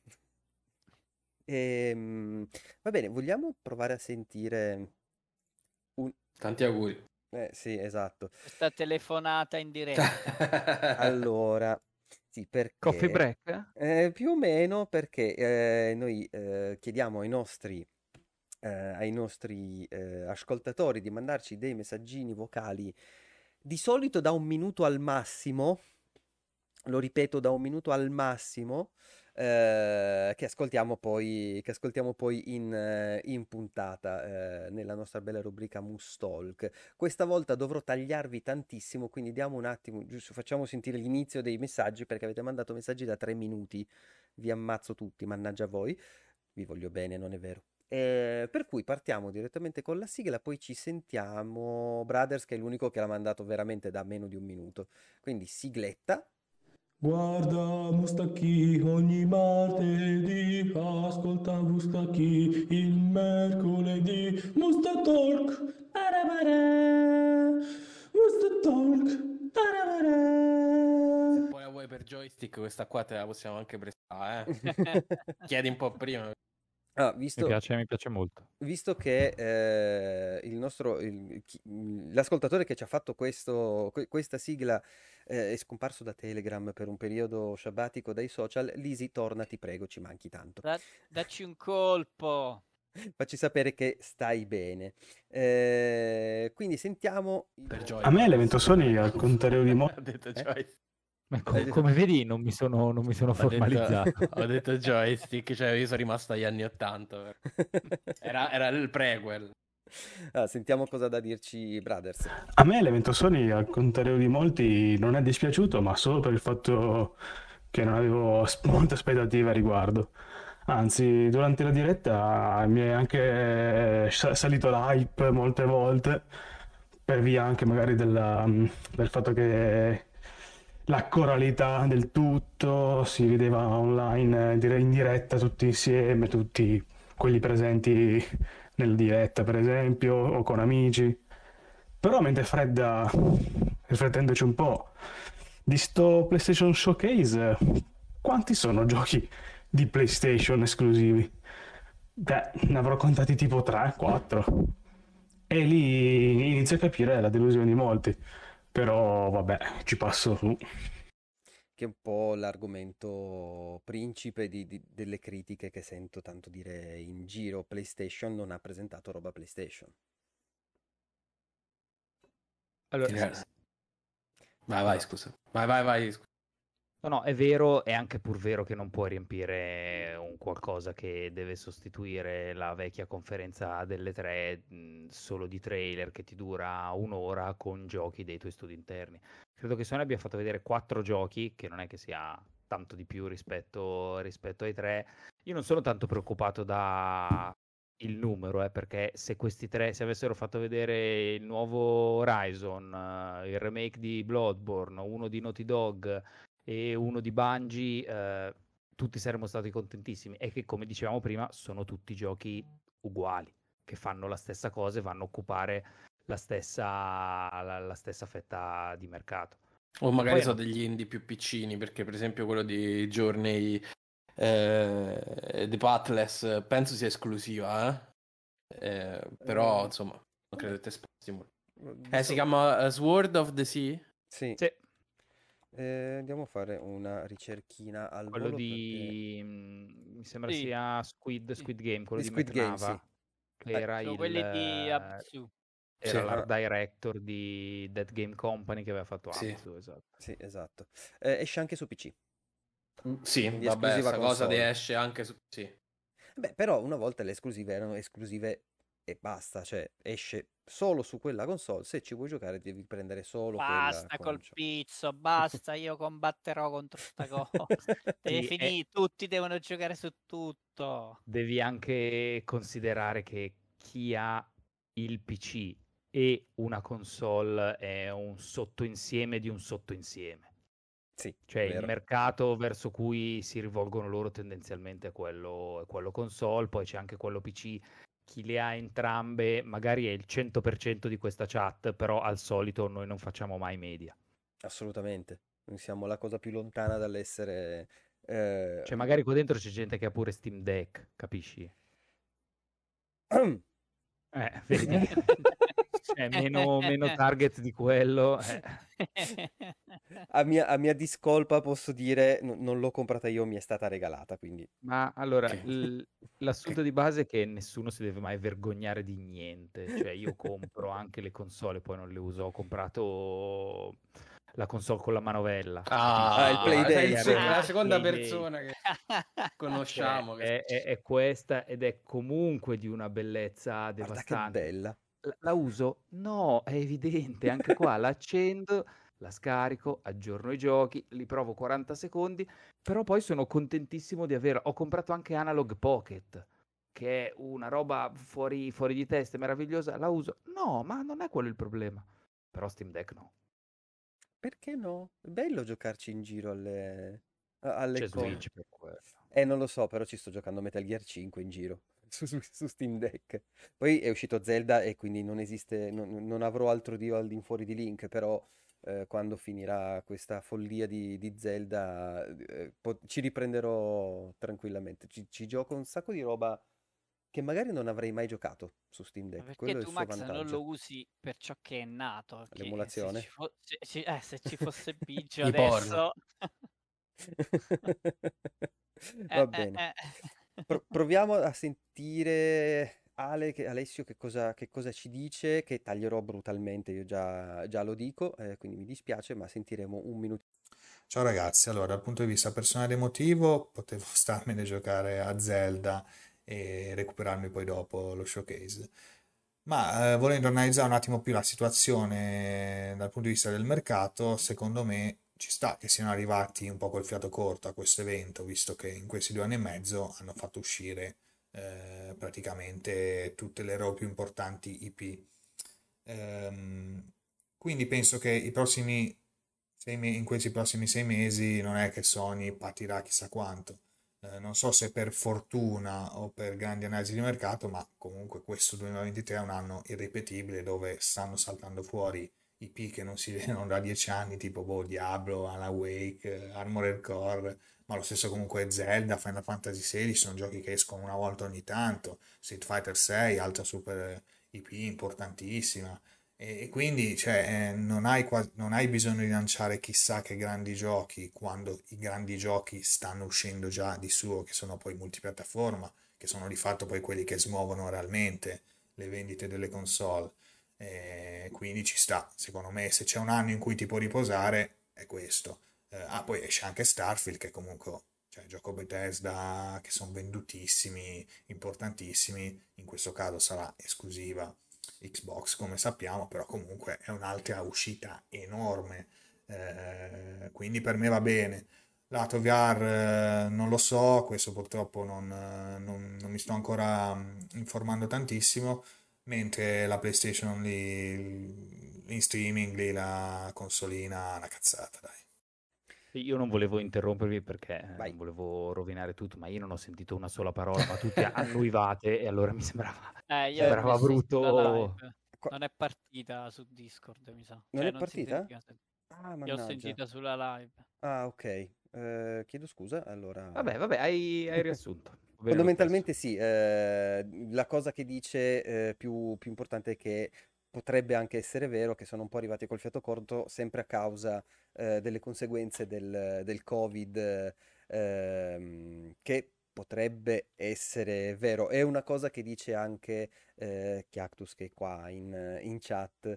Ehm, va bene, vogliamo provare a sentire un... Tanti auguri. Eh, sì, esatto. Questa telefonata in diretta. Allora, sì, Coffee perché? break? Eh, più o meno perché eh, noi eh, chiediamo ai nostri, eh, ai nostri eh, ascoltatori di mandarci dei messaggini vocali di solito da un minuto al massimo, lo ripeto, da un minuto al massimo, eh, che ascoltiamo poi, che ascoltiamo poi in, eh, in puntata, eh, nella nostra bella rubrica Moose Talk. Questa volta dovrò tagliarvi tantissimo, quindi diamo un attimo, giusto, facciamo sentire l'inizio dei messaggi perché avete mandato messaggi da tre minuti. Vi ammazzo tutti, mannaggia voi. Vi voglio bene, non è vero. Eh, per cui partiamo direttamente con la sigla, poi ci sentiamo Brothers, che è l'unico che l'ha mandato veramente da meno di un minuto. Quindi sigletta. Guarda Mustacchi ogni martedì, ascolta Mustacchi il mercoledì. Musta Talk, tarabara, Musta Talk, tarabara. Se poi la vuoi per joystick, questa qua te la possiamo anche prestare, eh. Chiedi un po' prima. Ah, Mi visto, piace, mi piace molto. visto che eh, il nostro, il- chi- l'ascoltatore che ci ha fatto questo, que- questa sigla eh, è scomparso da Telegram per un periodo sabbatico dai social, Lisi, torna, ti prego, ci manchi tanto. Da- dacci un colpo. Facci sapere che stai bene. Eh, quindi sentiamo... il- Per A joystick. me l'evento Sony, al contrario di mo... Ho detto Eh? joystick. Ma co- Hai detto- come vedi non mi sono, non mi sono Ho detto, formalizzato. ho detto joystick, cioè io sono rimasto agli anni ottanta. Era, era il prequel. Ah, sentiamo cosa ha da dirci Brothers. A me l'evento Sony, al contrario di molti, non è dispiaciuto, ma solo per il fatto che non avevo s- molte aspettative a riguardo. Anzi, durante la diretta mi è anche sa- salito l'hype molte volte, per via anche magari della- del fatto che la coralità del tutto si vedeva online, eh, dire- in diretta tutti insieme, tutti quelli presenti nella diretta, per esempio, o con amici. Però mentre fredda, riflettendoci un po', di sto PlayStation Showcase, quanti sono giochi di PlayStation esclusivi? Beh, ne avrò contati tipo tre, quattro. E lì inizio a capire la delusione di molti. Però vabbè, ci passo su. Che è un po' l'argomento principe di- di- delle critiche che sento tanto dire in giro. PlayStation non ha presentato roba PlayStation. Allora, Diverso. s- Vai, vai, No. scusa. Vai, vai, vai. scusa. no, no, è vero, è anche pur vero che non puoi riempire un qualcosa che deve sostituire la vecchia conferenza delle tre mh, solo di trailer che ti dura un'ora con giochi dei tuoi studi interni. Credo che Sony abbia fatto vedere quattro giochi, che non è che sia tanto di più rispetto, rispetto ai tre. Io non sono tanto preoccupato da il numero, eh, perché se questi tre, se avessero fatto vedere il nuovo Horizon, eh, il remake di Bloodborne, uno di Naughty Dog e uno di Bungie, eh, tutti saremmo stati contentissimi. E che, come dicevamo prima, sono tutti giochi uguali, che fanno la stessa cosa e vanno a occupare la stessa, la, la stessa fetta di mercato. O magari Poi so hanno degli indie più piccini, perché per esempio quello di Journey eh, The Pathless penso sia esclusiva, eh? Eh, però Eh, insomma non credo vabbè, che te sposti molto. Eh, si visto... chiama eh, Sword of the Sea? Sì, sì, eh, andiamo a fare una ricerchina al quello volo perché... di mm, mi sembra Sì, sia Squid, sì, Squid Game, quello Di di Squid Game, sì. McNava, che Eh, era sono il quelli di eh, Abzu. Sì, era ah, l'art director di Dead Game Company che aveva fatto sì. Abzu, esatto. sì, esatto. Eh, esce anche su P C, Sì, quindi vabbè, esclusiva sta cosa di console. esce anche su... Sì. Beh, però una volta le esclusive erano esclusive e basta, cioè esce solo su quella console, se ci vuoi giocare devi prendere solo quella Basta col console. pizzo, basta, io combatterò contro sta cosa. Deve Sì, e finire, tutti devono giocare su tutto. devi anche considerare che chi ha il P C e una console è un sottoinsieme di un sottoinsieme. Sì, Cioè il vero. mercato verso cui si rivolgono loro tendenzialmente è quello, è quello console, poi c'è anche quello P C. Chi le ha entrambe magari è il cento per cento di questa chat, però al solito noi non facciamo mai media. Assolutamente. Noi siamo la cosa più lontana dall'essere... eh, Cioè magari qua dentro c'è gente che ha pure Steam Deck, capisci? Eh, vedi? Cioè meno, meno target di quello. eh. A mia, a mia discolpa posso dire, no- non l'ho comprata io, mi è stata regalata, quindi... Ma allora, Ok. l- l'assunto di base è che nessuno si deve mai vergognare di niente. Cioè, io compro anche le console, poi non le uso. Ho comprato la console con la manovella, Ah, il capisci? Ah, Playdate. sei il se- Chiaramente la il seconda Playdate. persona che Cioè, conosciamo. Che... è, è- è questa ed è comunque di una bellezza Guarda che devastante. bella. La, la uso? No, è evidente. Anche qua la accendo, la scarico, aggiorno i giochi, li provo quaranta secondi. Però poi sono contentissimo di averla. Ho comprato anche Analog Pocket, che è una roba fuori, fuori di testa, meravigliosa. La uso? No, ma non è quello il problema. Però Steam Deck no. Perché no? È bello giocarci in giro alle, a- alle C'è cose. Switch per quello. Eh, non lo so, però ci sto giocando Metal Gear cinque in giro su, su- su Steam Deck. Poi è uscito Zelda e quindi non esiste, non, non avrò altro dio al di fuori di Link, però eh, quando finirà questa follia di, di Zelda eh, po- ci riprenderò tranquillamente. Ci, ci gioco un sacco di roba che magari non avrei mai giocato su Steam Ma Deck, perché quello è il tu, suo Max, non vantaggio. lo usi per ciò che è nato? Che se ci, L'emulazione. fo- se, ci- eh, se ci fosse Biggio I porno. adesso... Eh, Va eh, bene. eh. Pro- proviamo a sentire Ale, che- Alessio che cosa, che cosa ci dice, che taglierò brutalmente, io già, già lo dico, eh, quindi mi dispiace, ma sentiremo un minuto. Ciao ragazzi, allora dal punto di vista personale e emotivo potevo starmene a giocare a Zelda e recuperarmi poi dopo lo showcase. Ma eh, volendo analizzare un attimo più la situazione dal punto di vista del mercato, secondo me ci sta che siano arrivati un po' col fiato corto a questo evento, visto che in questi due anni e mezzo hanno fatto uscire eh, praticamente tutte le loro più importanti I P. Ehm, quindi penso che i prossimi sei me- in questi prossimi sei mesi non è che Sony patirà chissà quanto. Eh, non so se per fortuna o per grandi analisi di mercato, ma comunque questo duemilaventitré è un anno irripetibile dove stanno saltando fuori I P che non si vedono da dieci anni, tipo boh, Diablo, Alan Wake, Armored Core, ma lo stesso comunque Zelda, Final Fantasy sedici, sono giochi che escono una volta ogni tanto, Street Fighter sei, altra super I P importantissima. E e quindi cioè, eh, non hai, qua- non hai bisogno di lanciare chissà che grandi giochi quando i grandi giochi stanno uscendo già di suo, che sono poi multipiattaforma, che sono di fatto poi quelli che smuovono realmente le vendite delle console. Eh, quindi ci sta, secondo me, se c'è un anno in cui ti puoi riposare, è questo. Eh, ah, poi esce anche Starfield, che comunque, cioè, gioco Bethesda, che sono vendutissimi, importantissimi, in questo caso sarà esclusiva Xbox come sappiamo, però comunque è un'altra uscita enorme, eh, quindi per me va bene. Lato V R eh, non lo so, questo purtroppo non, eh, non- non mi sto ancora mm, informando tantissimo, mentre la PlayStation lì in streaming, lì la consolina, una cazzata, dai. Io non volevo interrompervi perché eh, Vai. non volevo rovinare tutto, ma io non ho sentito una sola parola, ma tutti annuivate e allora mi sembrava, Eh, mi io ho sembrava messo sulla brutto. live. Qua- Non è partita su Discord, mi sa. Non Cioè, è non si partita? sentiva. se- Ah, Io ho mannaggia. sentita sulla live. Ah, ok. Eh, chiedo scusa, allora... Vabbè, vabbè, hai, hai riassunto. Va bene lo stesso. Fondamentalmente sì, eh, la cosa che dice eh, più, più importante è che potrebbe anche essere vero che sono un po' arrivati col fiato corto sempre a causa eh, delle conseguenze del, del Covid, eh, ehm, che potrebbe essere vero. È una cosa che dice anche eh, Chiactus che è qua in, in chat.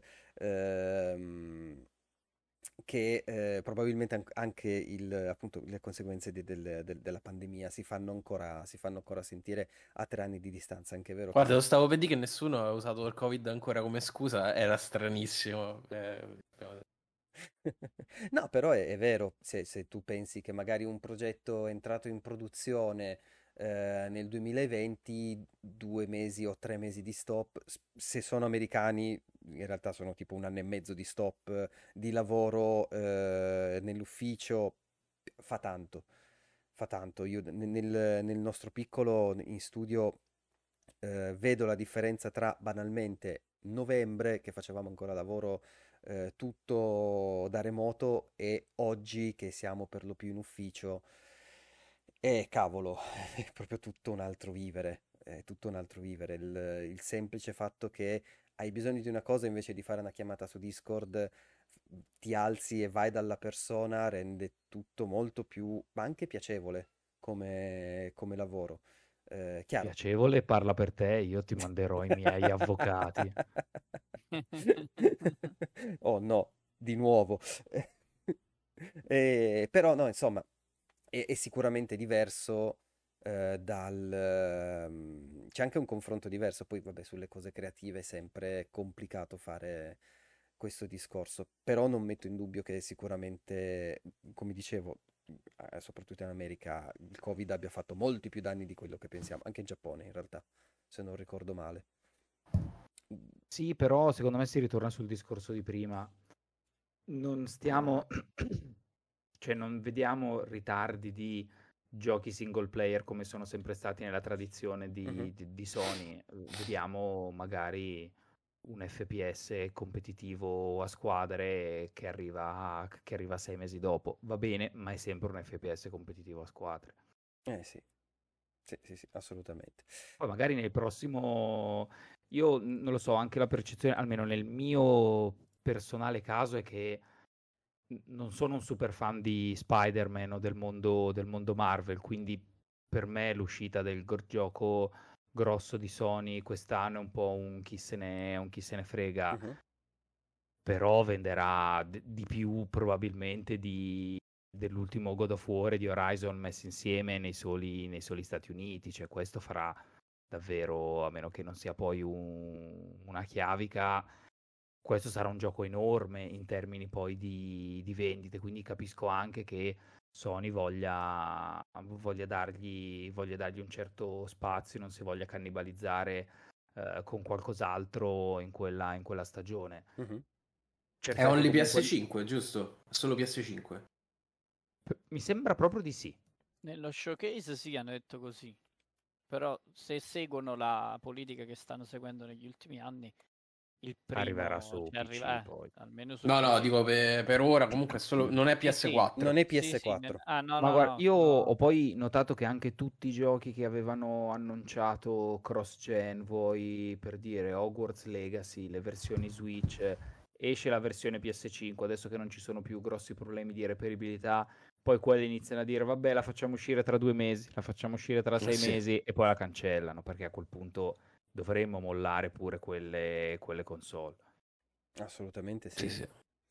ehm, che eh, probabilmente an- anche il, appunto, le conseguenze di- del- del- della pandemia si fanno ancora, si fanno ancora sentire a tre anni di distanza. Anche è vero Guarda, lo che stavo per dire che nessuno ha usato il Covid ancora come scusa, era stranissimo. Eh, no, però è, è vero, se, se tu pensi che magari un progetto è entrato in produzione eh, nel duemilaventi, due mesi o tre mesi di stop, s- se sono americani, in realtà sono tipo un anno e mezzo di stop eh, di lavoro eh, nell'ufficio, fa tanto, fa tanto. Io n- nel, nel nostro piccolo in studio eh, vedo la differenza tra banalmente novembre, che facevamo ancora lavoro eh, tutto da remoto, e oggi che siamo per lo più in ufficio. E cavolo, è proprio tutto un altro vivere, è tutto un altro vivere. Il, il semplice fatto che hai bisogno di una cosa invece di fare una chiamata su Discord, f- ti alzi e vai dalla persona, rende tutto molto più, ma anche piacevole come, come lavoro. Eh, chiaro. Piacevole, parla per te, io ti manderò i miei avvocati. Oh no, di nuovo. Eh, però no, insomma, è, è sicuramente diverso eh, dal... ehm, c'è anche un confronto diverso, poi vabbè, sulle cose creative è sempre complicato fare questo discorso, però non metto in dubbio che sicuramente, come dicevo, eh, soprattutto in America, il Covid abbia fatto molti più danni di quello che pensiamo, anche in Giappone in realtà, se non ricordo male. Sì, però secondo me si ritorna sul discorso di prima. Non stiamo, cioè non vediamo ritardi di giochi single player come sono sempre stati nella tradizione Mhm. di, di- di Sony. Eh, Vediamo magari un F P S competitivo a squadre che arriva, che arriva sei mesi dopo. Va bene, ma è sempre un F P S competitivo a squadre. Eh sì, sì, sì, sì, assolutamente. Poi magari nel prossimo, io n- non lo so, anche la percezione, almeno nel mio personale caso, è che n- non sono un super fan di Spider-Man o del mondo, del mondo Marvel, quindi per me l'uscita del gr- gioco grosso di Sony quest'anno è un po' un chi se ne, un chi se ne frega, Mhm. però venderà d- di più probabilmente di- dell'ultimo God of War e di Horizon messi insieme nei soli, nei soli Stati Uniti, cioè questo farà davvero, a meno che non sia poi un- una chiavica, questo sarà un gioco enorme in termini poi di, di vendite, quindi capisco anche che Sony voglia, voglia dargli, voglia dargli un certo spazio, non si voglia cannibalizzare eh, con qualcos'altro in quella, in quella stagione. Mhm. È Certo è che only comunque P S cinque, giusto? Solo P S cinque. mi sembra proprio di sì. Nello showcase sì, hanno detto così. Però se seguono la politica che stanno seguendo negli ultimi anni, il Arriverà primo su ci P C arriva, eh, poi. almeno su No, no, P C. dico per, per ora comunque è solo, non è Sì, sì, Non P S quattro. è sì, sì, ne- P S quattro. ah no, Ma no, guarda, no, io ho solo... poi notato che anche tutti i giochi che avevano annunciato cross-gen, vuoi per dire Hogwarts Legacy, le versioni Switch, eh, esce la versione P S cinque, adesso che non ci sono più grossi problemi di reperibilità, poi quelli iniziano a dire vabbè la facciamo uscire tra due mesi, la facciamo uscire tra Eh sei sì. mesi e poi la cancellano, perché a quel punto dovremmo mollare pure quelle, quelle console. Assolutamente Sì, sì. sì.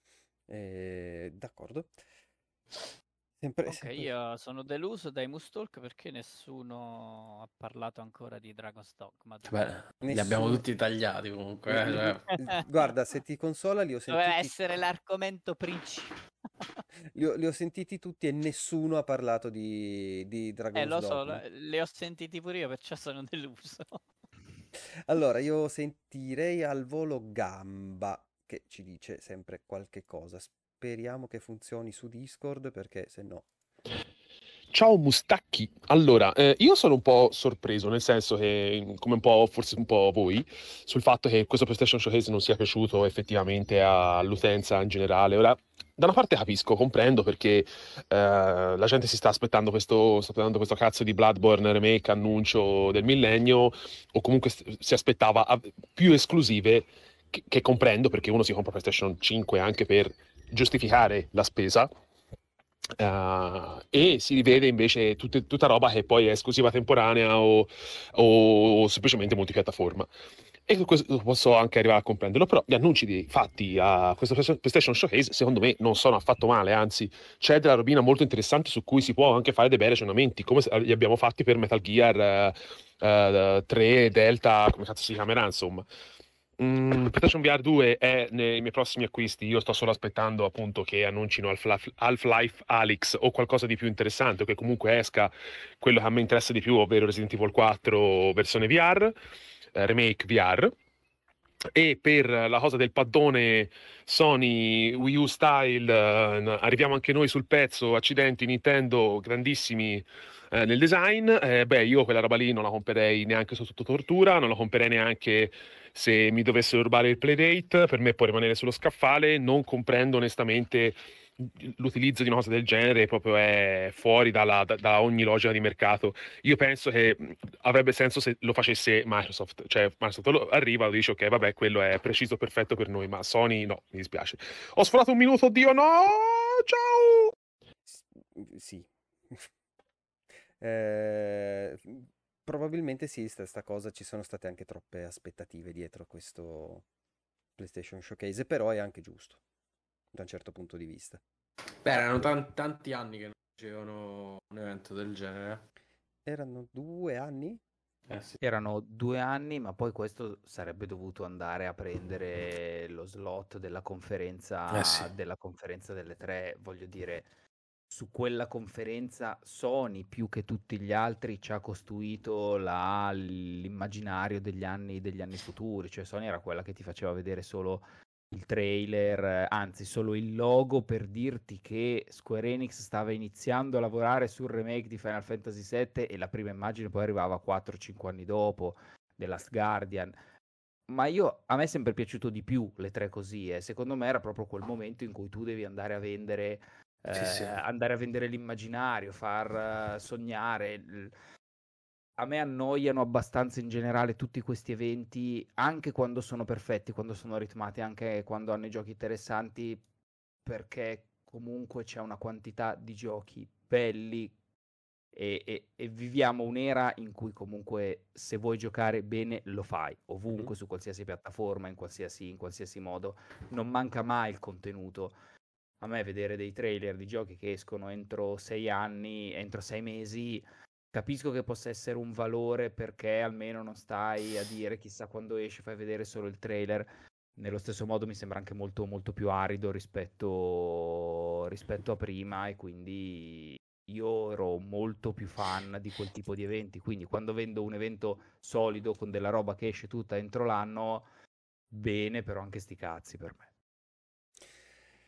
Eh, d'accordo. Sempre, Ok, sempre... io sono deluso dai Mustalk perché nessuno ha parlato ancora di Dragon's Dogma due. Beh, li abbiamo Nessuno... tutti tagliati comunque. ne- eh, ne- cioè. Guarda, se ti consola li ho Doveva sentiti... essere l'argomento principale. Li ho, li ho sentiti tutti e nessuno ha parlato di, di Eh, Dragon's lo so, Dogma. lo- li ho sentiti pure io, perciò sono deluso. Allora, io sentirei al volo Gamba, che ci dice sempre qualche cosa. Speriamo che funzioni su Discord, perché se no... Ciao Mustacchi. Allora, eh, io sono un po' sorpreso, nel senso che, come un po' forse un po' voi, sul fatto che questo PlayStation Showcase non sia piaciuto effettivamente all'utenza in generale. Ora, da una parte capisco, comprendo perché eh, la gente si sta aspettando questo, sta aspettando questo cazzo di Bloodborne remake annuncio del millennio, o comunque s- si aspettava a- più esclusive, che, che comprendo perché uno si compra PlayStation cinque anche per giustificare la spesa. Uh, e si rivede invece tutte- tutta roba che poi è esclusiva temporanea o, o semplicemente multipiattaforma. E questo posso anche arrivare a comprenderlo, però gli annunci di- fatti a questo PlayStation Showcase secondo me non sono affatto male, anzi c'è della robina molto interessante su cui si può anche fare dei bei ragionamenti, come se- li abbiamo fatti per Metal Gear eh, eh, tre, Delta, come cazzo si chiamerà, insomma. Mm, PlayStation V R due è nei miei prossimi acquisti. Io sto solo aspettando appunto che annuncino Half-Life, Half-Life Alyx o qualcosa di più interessante, o che comunque esca quello che a me interessa di più, ovvero Resident Evil quattro versione V R, eh, remake V R. E per la cosa del paddone Sony Wii U style, eh, arriviamo anche noi sul pezzo. Accidenti, Nintendo, grandissimi eh, nel design. Eh, beh, io quella roba lì non la comprerei neanche sotto tortura, non la comprerei neanche se mi dovessero rubare il Playdate. Per me può rimanere sullo scaffale. Non comprendo onestamente l'utilizzo di una cosa del genere, proprio è fuori dalla, da, da ogni logica di mercato. Io penso che mh, avrebbe senso se lo facesse Microsoft, cioè Microsoft lo- arriva e dice ok, vabbè, quello è preciso, perfetto per noi, ma Sony no, mi dispiace. Ho sforato un minuto, oddio, no! Ciao! S- Sì. Eh, probabilmente sì, sta, sta cosa, ci sono state anche troppe aspettative dietro questo PlayStation Showcase, però è anche giusto, da un certo punto di vista. Beh, erano tan- tanti anni che non facevano un evento del genere. Erano due anni? Eh sì. Erano due anni, ma poi questo sarebbe dovuto andare a prendere lo slot della Eh sì. conferenza, della conferenza delle tre. Voglio dire, su quella conferenza Sony, più che tutti gli altri, ci ha costruito la- l'immaginario degli anni, degli anni futuri. Cioè Sony era quella che ti faceva vedere solo il trailer, eh, anzi solo il logo per dirti che Square Enix stava iniziando a lavorare sul remake di Final Fantasy sette e la prima immagine poi arrivava quattro cinque anni dopo, The Last Guardian. Ma io, a me è sempre piaciuto di più le tre così, e secondo me era proprio quel momento in cui tu devi andare a vendere, eh, Sì, sì. andare a vendere l'immaginario, far eh, sognare. il- A me annoiano abbastanza in generale tutti questi eventi, anche quando sono perfetti, quando sono ritmati, anche quando hanno i giochi interessanti, perché comunque c'è una quantità di giochi belli e, e- e viviamo un'era in cui comunque se vuoi giocare bene lo fai, ovunque, Mhm. su qualsiasi piattaforma, in qualsiasi, in qualsiasi modo, non manca mai il contenuto. A me vedere dei trailer di giochi che escono entro sei anni, entro sei mesi, capisco che possa essere un valore perché almeno non stai a dire chissà quando esce, fai vedere solo il trailer. Nello stesso modo mi sembra anche molto, molto più arido rispetto, rispetto a prima, e quindi io ero molto più fan di quel tipo di eventi. Quindi quando vendo un evento solido con della roba che esce tutta entro l'anno, bene, però anche sti cazzi per me.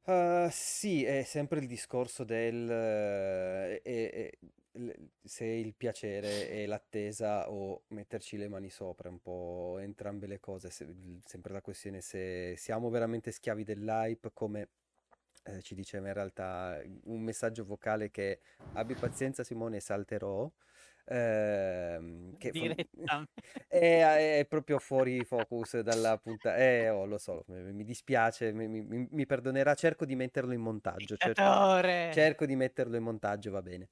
Uh, sì, è sempre il discorso del eh, e- e- l- se il piacere è l'attesa o metterci le mani sopra, un po' entrambe le cose. Se- il- sempre la questione se siamo veramente schiavi dell'hype, come eh, ci diceva in realtà un messaggio vocale che abbi pazienza Simone, salterò. Ehm, che fon- Direttamente. è, è proprio fuori focus dalla puntata. Eh, oh, lo so, mi, mi dispiace, mi, mi- mi perdonerà. Cerco di metterlo in montaggio. Cerco, Dittatore! cerco di metterlo in montaggio, va bene.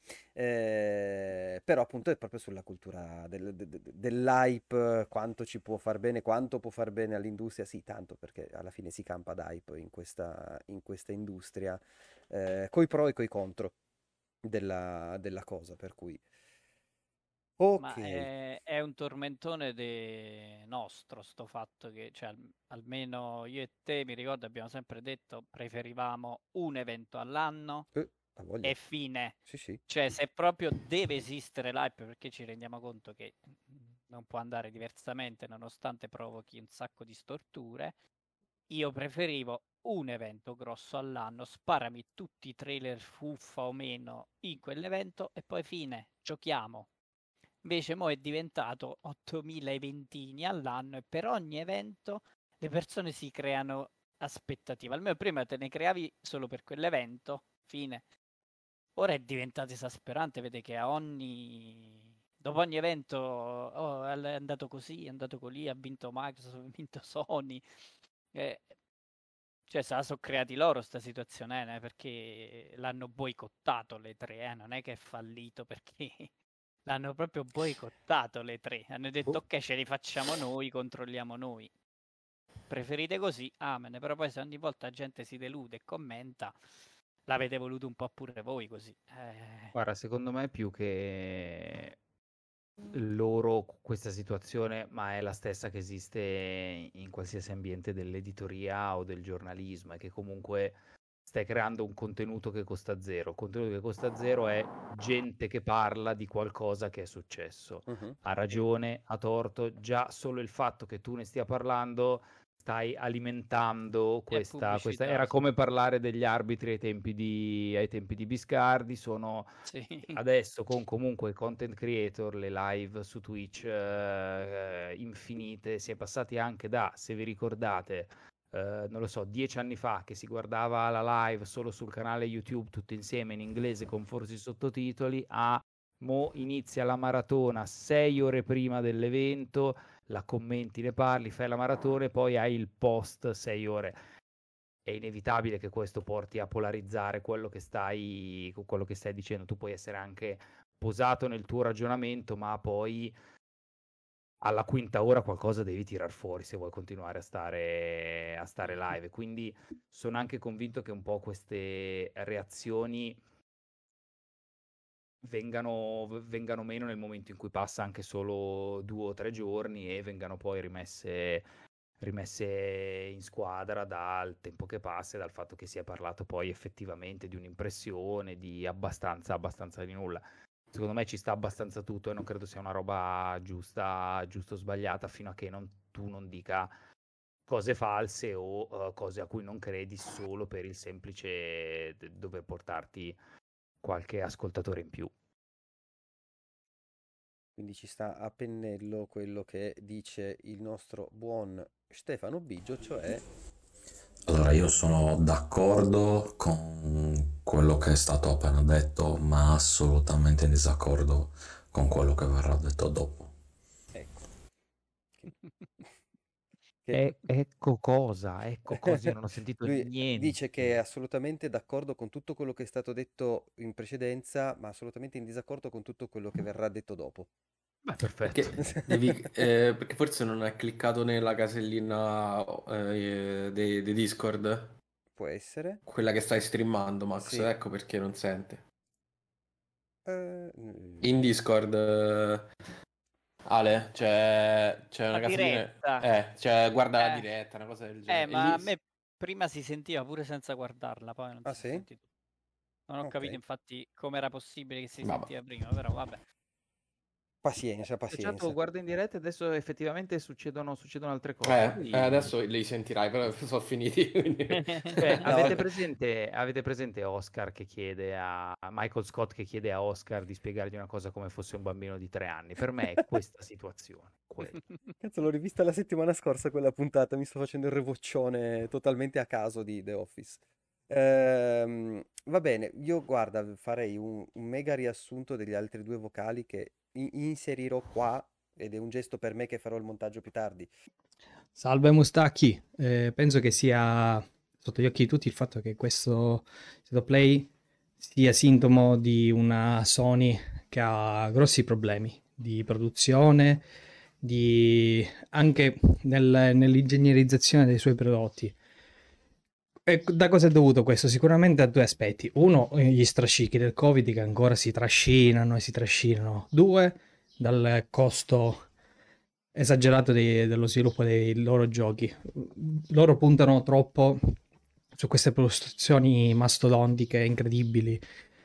Eh, però appunto è proprio sulla cultura del- de- de- dell'hype, quanto ci può far bene, quanto può far bene all'industria. Sì, tanto perché alla fine si campa d'hype in questa, in questa industria, eh, coi pro e coi contro della, della cosa, per cui... Ma Ok. è, è un tormentone de- nostro sto fatto che, cioè, al- almeno io e te, mi ricordo, abbiamo sempre detto preferivamo un evento all'anno Eh, ha voglia. e fine. Sì, sì. Cioè, se proprio deve esistere l'hype, perché ci rendiamo conto che mm, non può andare diversamente nonostante provochi un sacco di storture, io preferivo un evento grosso all'anno, sparami tutti i trailer fuffa o meno in quell'evento e poi fine, giochiamo. Invece mo è diventato ottomila eventini all'anno e per ogni evento le persone si creano aspettative. Almeno prima te ne creavi solo per quell'evento, fine. Ora è diventato esasperante, vede che a ogni... dopo ogni evento oh, è andato così, è andato così, ha vinto Microsoft, ha vinto Sony. Eh, cioè, se la sono creati loro sta situazione, eh, perché l'hanno boicottato le tre, eh, non è che è fallito perché l'hanno proprio boicottato le tre. Hanno detto Oh, ok, ce li facciamo noi, controlliamo noi. Preferite così? Amen. Però poi se ogni volta la gente si delude e commenta, l'avete voluto un po' pure voi così. Eh, Guarda, secondo me più che loro questa situazione, ma è la stessa che esiste in qualsiasi ambiente dell'editoria o del giornalismo, è che comunque stai creando un contenuto che costa zero. Il contenuto che costa zero è gente che parla di qualcosa che è successo. mhm. Ha ragione, ha torto, già solo il fatto che tu ne stia parlando stai alimentando è questa, questa... pubblicità, Era sì. come parlare degli arbitri ai tempi di, ai tempi di Biscardi, sono Sì. adesso con comunque i content creator, le live su Twitch eh, infinite, si è passati anche da, se vi ricordate, eh, non lo so, dieci anni fa che si guardava la live solo sul canale YouTube tutti insieme in inglese con forse i sottotitoli, a mo inizia la maratona sei ore prima dell'evento, la commenti, ne parli, fai la maratona e poi hai il post sei ore. È inevitabile che questo porti a polarizzare quello che stai, quello che stai dicendo. Tu puoi essere anche posato nel tuo ragionamento, ma poi alla quinta ora qualcosa devi tirar fuori se vuoi continuare a stare, a stare live. Quindi sono anche convinto che un po' queste reazioni vengano, vengano meno nel momento in cui passa anche solo due o tre giorni e vengano poi rimesse, rimesse in squadra dal tempo che passa e dal fatto che si è parlato poi effettivamente di un'impressione, di abbastanza, abbastanza di nulla. Secondo me ci sta abbastanza tutto e non credo sia una roba giusta, giusta o sbagliata fino a che non, tu non dica cose false o uh, cose a cui non credi solo per il semplice d- dover portarti qualche ascoltatore in più. Quindi ci sta a pennello quello che dice il nostro buon Stefano Biggio, cioè... Allora, io sono d'accordo con quello che è stato appena detto, ma assolutamente in disaccordo con quello che verrà detto dopo. Ecco. Che... che- E- ecco cosa, ecco cosa, io non ho sentito Lui dice che è niente. assolutamente d'accordo con tutto quello che è stato detto in precedenza, ma assolutamente in disaccordo con tutto quello che verrà detto dopo. Beh, perfetto. Perché, devi, eh, perché forse non hai cliccato nella casellina eh, dei, dei Discord, Può essere? quella che stai streamando, Max, Sì. ecco perché non sente. Eh, mm, In Discord, eh, Ale, c'è c'è La una casellina, diretta. eh, cioè guarda la Eh, diretta, una cosa del eh, genere. E ma lì, a me prima si sentiva pure senza guardarla, poi non ah si è sì? sentito. Non ho capito Ok. infatti come era possibile che si vabbè. sentiva prima, però vabbè. Pazienza, Chat, pazienza. guarda in diretta e adesso effettivamente succedono, succedono altre cose. Eh, Poi- eh, adesso li sentirai, però sono finiti. quindi- Cioè, No, avete, vabbè. presente, avete presente Oscar che chiede a a Michael Scott che chiede a Oscar di spiegargli una cosa come fosse un bambino di tre anni? Per me è questa situazione. quella. Cazzo, l'ho rivista la settimana scorsa quella puntata, mi sto facendo il rewatchone totalmente a caso di The Office. Ehm, va bene, io guarda, farei un, un mega riassunto degli altri due vocali che i- inserirò qua ed è un gesto per me che farò il montaggio più tardi. Salve Mustacchi, Eh, penso che sia sotto gli occhi di tutti il fatto che questo State of Play sia sintomo di una Sony che ha grossi problemi di produzione, di anche nel- nell'ingegnerizzazione dei suoi prodotti. E da cosa è dovuto questo? Sicuramente a due aspetti. Uno, gli strascichi del Covid che ancora si trascinano e si trascinano. Due, dal costo esagerato dei- dello sviluppo dei loro giochi. Loro puntano troppo su queste produzioni mastodontiche, incredibili,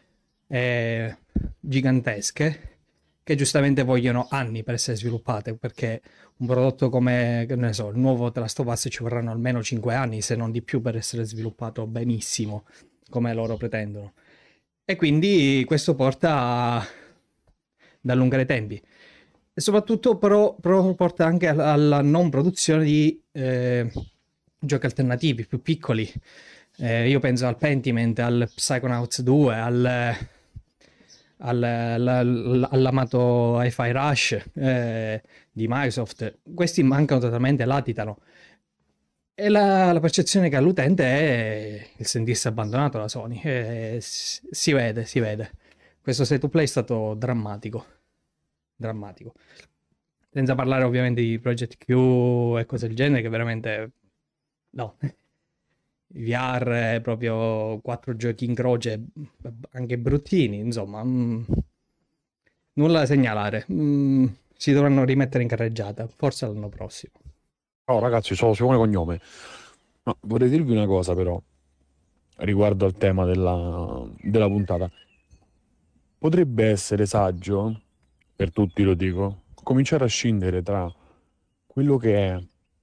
e gigantesche, che giustamente vogliono anni per essere sviluppate, perché un prodotto come, che ne so, il nuovo The Last of Us ci vorranno almeno cinque anni, se non di più, per essere sviluppato benissimo, come loro pretendono. E quindi questo porta ad allungare i tempi. E soprattutto però, però porta anche alla, alla non produzione di eh, giochi alternativi più piccoli. Eh, io penso al Pentiment, al Psychonauts due, al, al, al- all'amato Hi-Fi Rush eh, di Microsoft. Questi mancano totalmente, latitano. E la, la percezione che ha l'utente è il sentirsi abbandonato da Sony. E si, si vede, si vede. Questo State to Play è stato drammatico. Drammatico. Senza parlare ovviamente di Project Q e cose del genere, che veramente... No. V R è proprio quattro giochi in croce, anche bruttini, insomma. mm, nulla da segnalare. Mm, si dovranno rimettere in carreggiata, forse l'anno prossimo. Ciao ragazzi, sono Simone Cognome. Ma vorrei dirvi una cosa però, riguardo al tema della, della puntata. Potrebbe essere saggio, per tutti lo dico, cominciare a scindere tra quello che è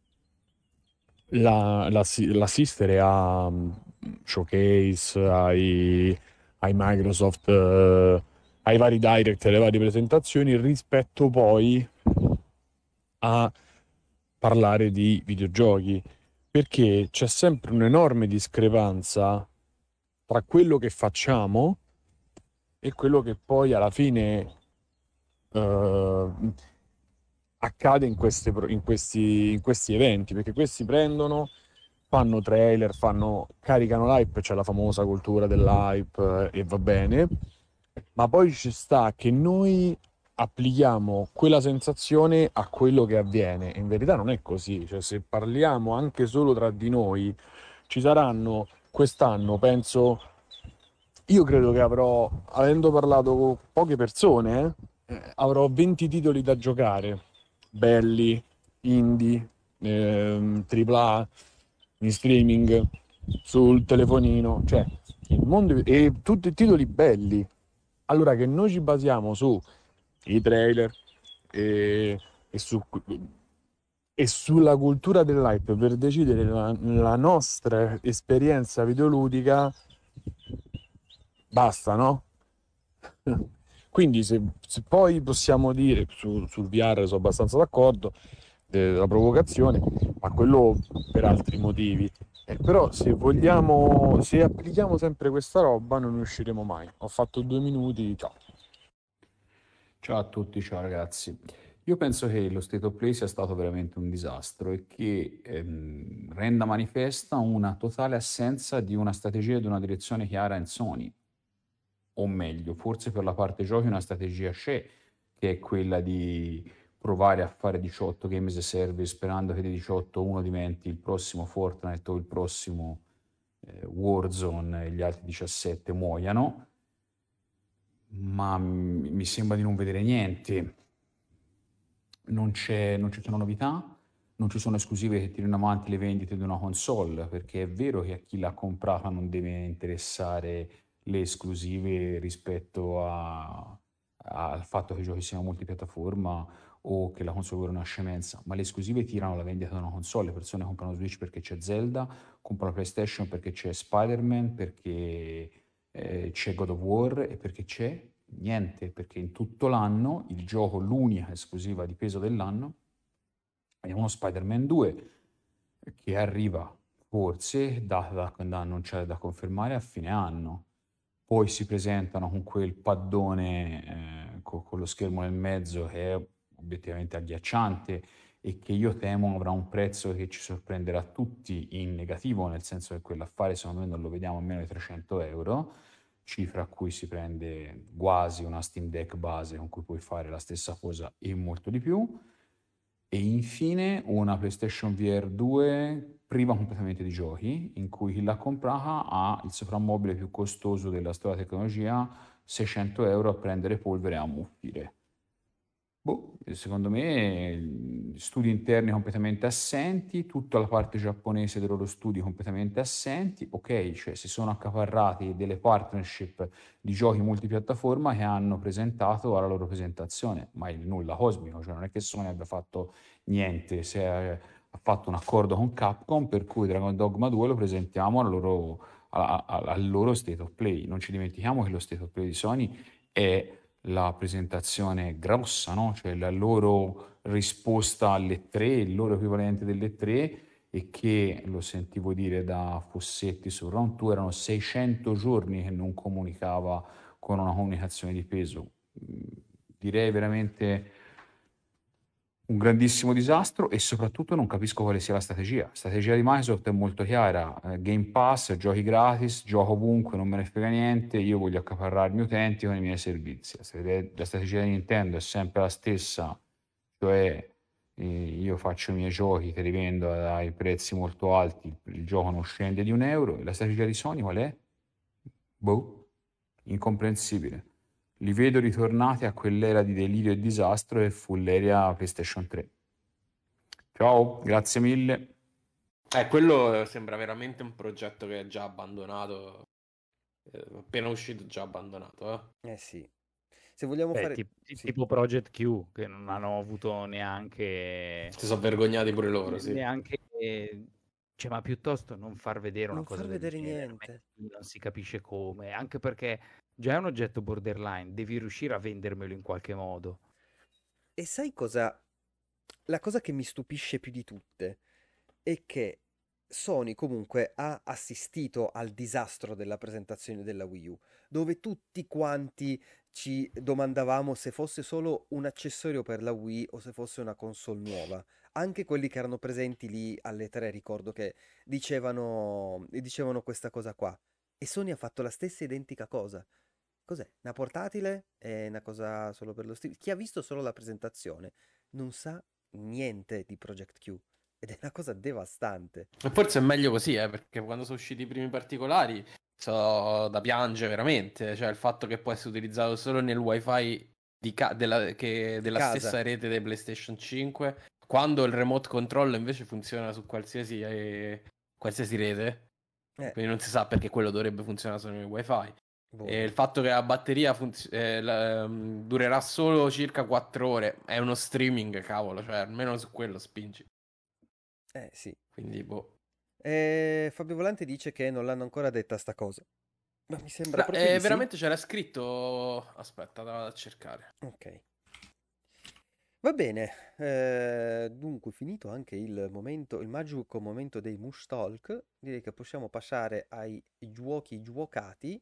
la- l'assi- l'assistere a mm, showcase, ai, ai Microsoft, eh, ai vari direct, alle varie presentazioni, rispetto poi a parlare di videogiochi, perché c'è sempre un'enorme discrepanza tra quello che facciamo e quello che poi alla fine eh, accade in, queste pro- in questi, in questi eventi, perché questi prendono, fanno trailer, fanno, caricano l'hype, c'è la famosa cultura dell'hype eh, e va bene, ma poi ci sta che noi applichiamo quella sensazione a quello che avviene. In verità non è così, cioè se parliamo anche solo tra di noi, ci saranno quest'anno, penso, io credo che avrò, avendo parlato con poche persone, eh, avrò venti titoli da giocare, belli, indie, ehm, tripla A, in streaming, sul telefonino, cioè il mondo, e tutti titoli belli. Allora che noi ci basiamo su i trailer e, e su, e sulla cultura dell'hype per decidere la, la nostra esperienza videoludica, basta, no? Quindi se, se poi possiamo dire, su- sul V R sono abbastanza d'accordo, della provocazione, ma quello per altri motivi. Eh, però se vogliamo, se applichiamo sempre questa roba non ne usciremo mai. Ho fatto due minuti, ciao. Ciao a tutti, ciao ragazzi. Io penso che lo State of Play sia stato veramente un disastro e che ehm, renda manifesta una totale assenza di una strategia e di una direzione chiara in Sony. O meglio, forse per la parte giochi una strategia share, che è quella di provare a fare diciotto game as a service sperando che dei diciotto uno diventi il prossimo Fortnite o il prossimo eh, Warzone e gli altri diciassette muoiano, ma m- mi sembra di non vedere niente. Non c'è, non ci sono novità, non ci sono esclusive che tirino avanti le vendite di una console, perché è vero che a chi l'ha comprata non deve interessare le esclusive rispetto a, al fatto che i giochi siano multipiattaforma o che la console ora è una scemenza, ma le esclusive tirano la vendita di una console. Le persone comprano Switch perché c'è Zelda, comprano PlayStation perché c'è Spider-Man, perché eh, c'è God of War e perché c'è niente, perché in tutto l'anno il gioco, l'unica esclusiva di peso dell'anno, è uno Spider-Man due che arriva forse, da, da, da- non c'è da confermare, a fine anno. Poi si presentano con quel paddone eh, co- con lo schermo nel mezzo che è obiettivamente agghiacciante e che io temo avrà un prezzo che ci sorprenderà tutti in negativo, nel senso che quell'affare secondo me non lo vediamo a meno di trecento euro, cifra a cui si prende quasi una Steam Deck base con cui puoi fare la stessa cosa e molto di più. E infine una PlayStation V R due priva completamente di giochi, in cui chi l'ha comprata ha il soprammobile più costoso della storia della tecnologia, seicento euro a prendere polvere e a ammuffire. Boh, secondo me studi interni completamente assenti, tutta la parte giapponese dei loro studi completamente assenti, ok, cioè si sono accaparrati delle partnership di giochi multipiattaforma che hanno presentato alla loro presentazione, ma il nulla cosmico, cioè non è che Sony abbia fatto niente, se è- ha fatto un accordo con Capcom per cui Dragon Dogma due lo presentiamo al loro, a- a- al loro State of Play. Non ci dimentichiamo che lo State of Play di Sony è la presentazione grossa, no? Cioè la loro risposta alle tre, il loro equivalente delle tre, e che, lo sentivo dire da Fossetti su Round due, erano seicento giorni che non comunicava con una comunicazione di peso. Mm, Direi veramente un grandissimo disastro e soprattutto non capisco quale sia la strategia. La strategia di Microsoft è molto chiara, eh, Game Pass, giochi gratis, gioco ovunque, non me ne frega niente, io voglio accaparrarmi utenti con i miei servizi. La strategia, la strategia di Nintendo è sempre la stessa, cioè eh, io faccio i miei giochi, te li vendo ai prezzi molto alti, il, il gioco non scende di un euro. E la strategia di Sony qual è? Boh, incomprensibile. Li vedo ritornati a quell'era di delirio e disastro che fu l'era PlayStation tre. Ciao, grazie mille. Eh, quello sembra veramente un progetto che è già abbandonato, eh, appena uscito già abbandonato, eh. Eh sì. Se vogliamo Beh, fare... ti- ti- Sì. tipo Project Q, che non hanno avuto neanche... Si sono vergognati pure loro, ne- sì. Neanche... Cioè, ma piuttosto non far vedere una Non cosa far del vedere genere, niente. metti lì, non si capisce come, anche perché già è un oggetto borderline, devi riuscire a vendermelo in qualche modo. E sai cosa? La cosa che mi stupisce più di tutte è che Sony comunque ha assistito al disastro della presentazione della Wii U, dove tutti quanti ci domandavamo se fosse solo un accessorio per la Wii o se fosse una console nuova. Anche quelli che erano presenti lì alle tre, ricordo che dicevano, dicevano questa cosa qua. E Sony ha fatto la stessa identica cosa. Cos'è? Una portatile? È una cosa solo per lo stream? Chi ha visto solo la presentazione non sa niente di Project Q ed è una cosa devastante. E forse è meglio così, eh, perché quando sono usciti i primi particolari so da piangere veramente. Cioè il fatto che può essere utilizzato solo nel wifi di ca- della, che- Di della casa. stessa rete dei PlayStation cinque, quando il remote control invece funziona su qualsiasi, eh, qualsiasi rete. Eh, Quindi non si sa perché quello dovrebbe funzionare solo nel wifi. boh, E il non- fatto che la batteria funz- eh, la- ehm, durerà solo circa quattro ore è uno streaming, cavolo, cioè almeno su quello spingi. eh sì. Quindi, boh. E Fabio Volante dice che non l'hanno ancora detta sta cosa. Ma mi sembra No, proprio eh, di sì. veramente c'era scritto. Aspetta, la vado a cercare. Ok. Va bene. eh, dunque, finito anche il momento, il magico momento dei Mush Talk, direi che possiamo passare ai giochi giocati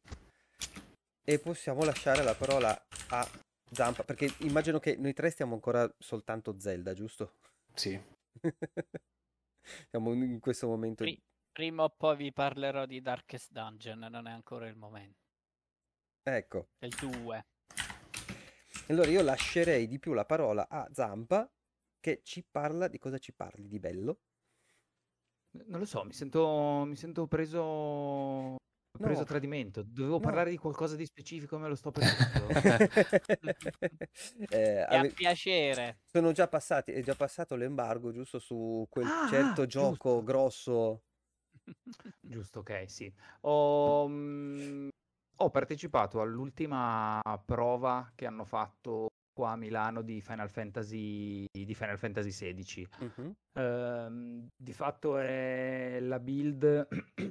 e possiamo lasciare la parola a Zampa, perché immagino che noi tre stiamo ancora soltanto Zelda, giusto? Sì. Siamo in questo momento. Pri- prima o poi vi parlerò di Darkest Dungeon, non è ancora il momento. Ecco. Del due. Allora io lascerei di più la parola a Zampa, che ci parla di cosa ci parli di bello. Non lo so, mi sento, mi sento preso, preso No, a tradimento. Dovevo no. parlare di qualcosa di specifico e me lo sto perdendo. Eh, E a ave- piacere. Sono già passati, è già passato l'embargo giusto su quel Ah, certo ah, gioco giusto. grosso. Giusto, ok, sì. Ho, mm, Ho partecipato all'ultima prova che hanno fatto qua a Milano di Final Fantasy, di Final Fantasy sedici. Mhm. Ehm, di fatto è la build.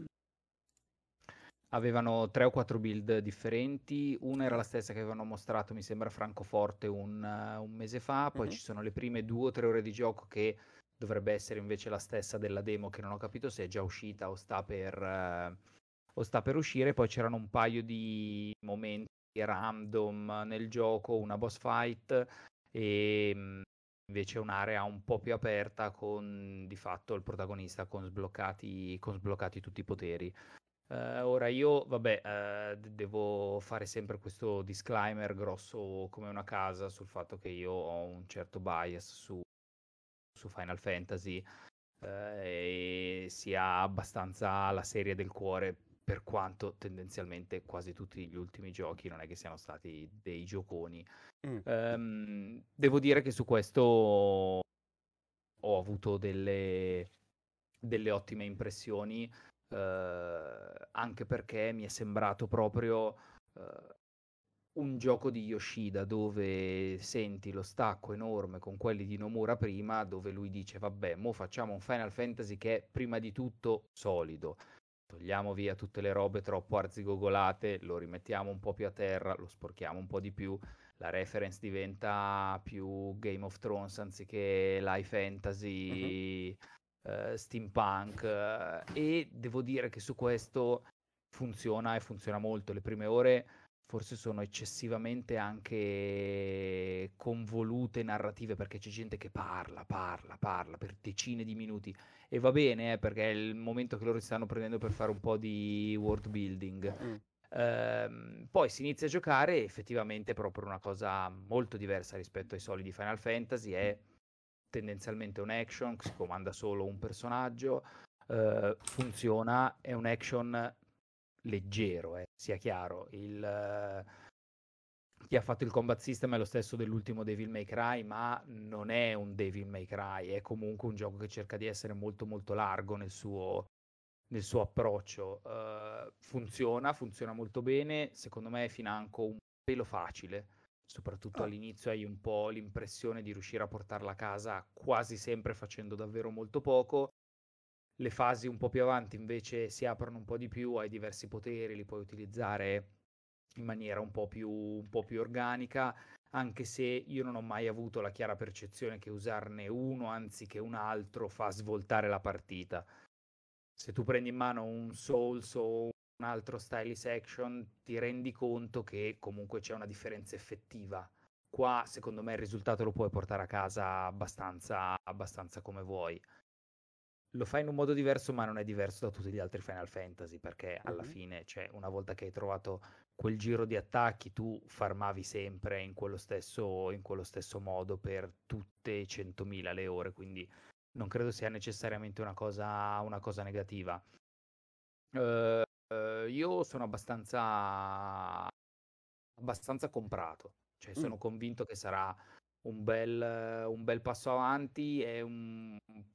Avevano tre o quattro build differenti, una era la stessa che avevano mostrato, mi sembra, a Francoforte un, eh, un mese fa, poi Mhm. ci sono le prime due o tre ore di gioco che dovrebbe essere invece la stessa della demo, che non ho capito se è già uscita o sta per, eh, o sta per uscire, poi c'erano un paio di momenti random nel gioco, una boss fight e mh, invece un'area un po' più aperta con di fatto il protagonista con sbloccati, con sbloccati tutti i poteri. Eh, ora io, vabbè, eh, d- devo fare sempre questo disclaimer grosso come una casa sul fatto che io ho un certo bias su, su Final Fantasy eh, e sia abbastanza la serie del cuore, per quanto tendenzialmente quasi tutti gli ultimi giochi non è che siano stati dei gioconi. Mm. Ehm, devo dire che su questo ho avuto delle, delle ottime impressioni, eh, anche perché mi è sembrato proprio eh, un gioco di Yoshida dove senti lo stacco enorme con quelli di Nomura prima, dove lui dice vabbè, mo facciamo un Final Fantasy che è prima di tutto solido. Togliamo via tutte le robe troppo arzigogolate, lo rimettiamo un po' più a terra, lo sporchiamo un po' di più, la reference diventa più Game of Thrones anziché l'high Mhm. fantasy, eh, steampunk, eh, e devo dire che su questo funziona e funziona molto. Le prime ore forse sono eccessivamente anche convolute narrative perché c'è gente che parla, parla, parla per decine di minuti e va bene, eh, perché è il momento che loro si stanno prendendo per fare un po' di world building. Mm. Ehm, poi si inizia a giocare e effettivamente è proprio una cosa molto diversa rispetto ai soliti Final Fantasy, è tendenzialmente un action, si comanda solo un personaggio, eh, funziona, è un action leggero, eh, sia chiaro. Il, eh, chi ha fatto il combat system è lo stesso dell'ultimo Devil May Cry, ma non è un Devil May Cry, è comunque un gioco che cerca di essere molto molto largo nel suo, nel suo approccio. Uh, funziona, funziona molto bene, secondo me è financo un pelo facile, soprattutto Ah, all'inizio hai un po' l'impressione di riuscire a portarla a casa quasi sempre facendo davvero molto poco. Le fasi un po' più avanti invece si aprono un po' di più, hai diversi poteri, li puoi utilizzare in maniera un po' più, un po' più organica, anche se io non ho mai avuto la chiara percezione che usarne uno anziché un altro fa svoltare la partita. Se tu prendi in mano un Souls o un altro Stylus Action, ti rendi conto che comunque c'è una differenza effettiva. Qua, secondo me, il risultato lo puoi portare a casa abbastanza, abbastanza come vuoi. Lo fai in un modo diverso, ma non è diverso da tutti gli altri Final Fantasy, perché alla mhm. fine, cioè, una volta che hai trovato quel giro di attacchi, tu farmavi sempre in quello stesso, in quello stesso modo per tutte centomila le ore, quindi non credo sia necessariamente una cosa, una cosa negativa. Eh, eh, io sono abbastanza, abbastanza comprato, cioè Mm. sono convinto che sarà un bel, un bel passo avanti e un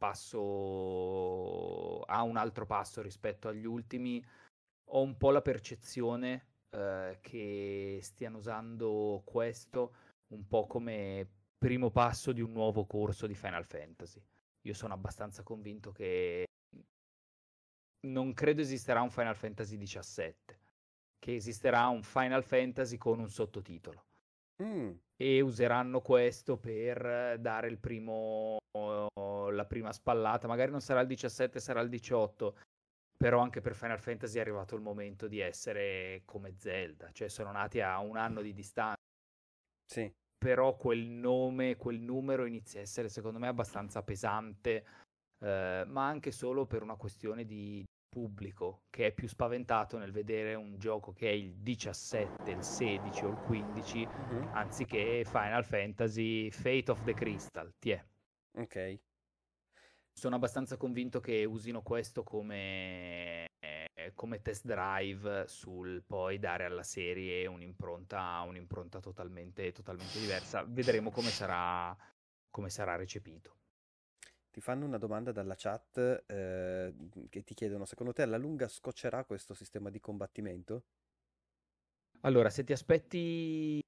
passo a un altro passo rispetto agli ultimi. Ho un po' la percezione eh, che stiano usando questo un po' come primo passo di un nuovo corso di Final Fantasy. Io sono abbastanza convinto che non credo esisterà un Final Fantasy diciassette, che esisterà un Final Fantasy con un sottotitolo Mm. e useranno questo per dare il primo, la prima spallata. Magari non sarà il diciassette, sarà il diciotto, però anche per Final Fantasy è arrivato il momento di essere come Zelda, cioè sono nati a un anno di distanza, Sì. però quel nome, quel numero inizia a essere secondo me abbastanza pesante, eh, ma anche solo per una questione di pubblico che è più spaventato nel vedere un gioco che è il diciassette, il sedici o il quindici Mhm. anziché Final Fantasy Fate of the Crystal. Tiè. Ok. Sono abbastanza convinto che usino questo come, eh, come test drive sul poi dare alla serie un'impronta, un'impronta totalmente, totalmente diversa. Vedremo come sarà, come sarà recepito. Ti fanno una domanda dalla chat eh, che ti chiedono, secondo te alla lunga scoccerà questo sistema di combattimento? Allora, se ti aspetti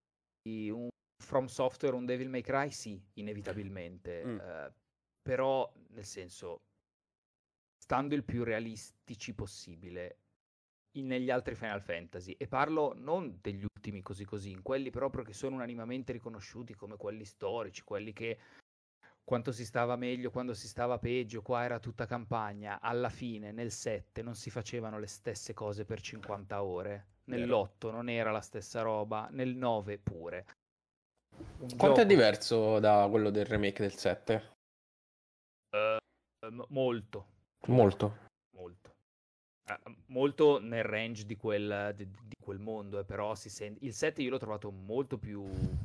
un From Software, un Devil May Cry, sì, inevitabilmente. Mm. Eh, però, nel senso, stando il più realistici possibile in- negli altri Final Fantasy, e parlo non degli ultimi così così, in quelli proprio che sono unanimemente riconosciuti come quelli storici, quelli che quanto si stava meglio, quando si stava peggio, qua era tutta campagna, alla fine nel sette non si facevano le stesse cose per cinquanta ore, Vero. nell'otto non era la stessa roba, nel nove pure. Un Quanto è gioco diverso da quello del remake del sette? eh, m- molto, Molto. molto. Eh, molto nel range di quel, di, di quel mondo, eh, però si sente... Il sette io l'ho trovato molto più,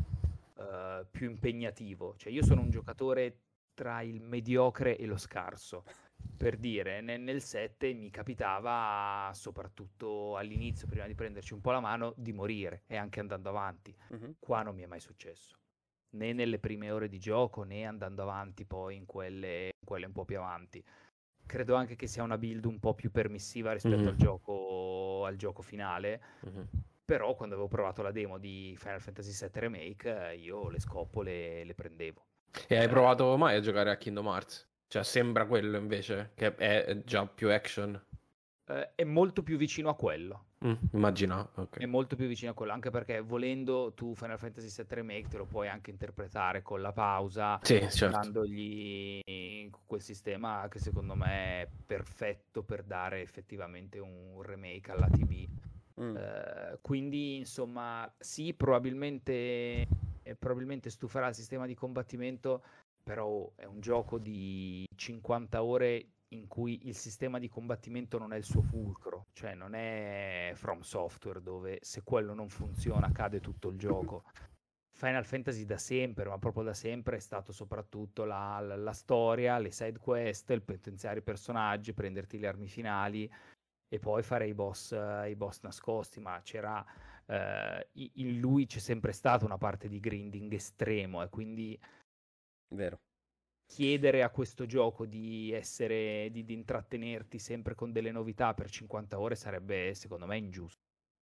eh, più impegnativo. Cioè io sono un giocatore tra il mediocre e lo scarso. Per dire, nel, nel sette mi capitava, soprattutto all'inizio, prima di prenderci un po' la mano, di morire, e anche andando avanti. Mhm. Qua non mi è mai successo. Né nelle prime ore di gioco, né andando avanti poi in quelle, in quelle un po' più avanti. Credo anche che sia una build un po' più permissiva rispetto Mhm. al gioco, al gioco finale. Mhm. Però quando avevo provato la demo di Final Fantasy sette Remake, eh, io le scopole le prendevo. E hai Eh, provato mai a giocare a Kingdom Hearts? Cioè, sembra quello invece, che è già più action. eh, è molto più vicino a quello. Mm, immaginavo, È ok. molto più vicino a quello, anche perché volendo tu Final Fantasy sette Remake te lo puoi anche interpretare con la pausa, Sì, certo. dandogli quel sistema che secondo me è perfetto per dare effettivamente un remake alla T V. Mm. Eh, quindi, insomma, sì, probabilmente, eh, probabilmente stuferà il sistema di combattimento, però è un gioco di cinquanta ore in cui il sistema di combattimento non è il suo fulcro, cioè non è From Software dove se quello non funziona cade tutto il gioco. Final Fantasy da sempre, ma proprio da sempre, è stato soprattutto la, la- la storia, le side quest, il potenziare i personaggi, prenderti le armi finali e poi fare i boss, eh, i boss nascosti, ma c'era eh, i- in lui c'è sempre stata una parte di grinding estremo e quindi Vero. chiedere a questo gioco di essere, di, di intrattenerti sempre con delle novità per cinquanta ore sarebbe secondo me ingiusto.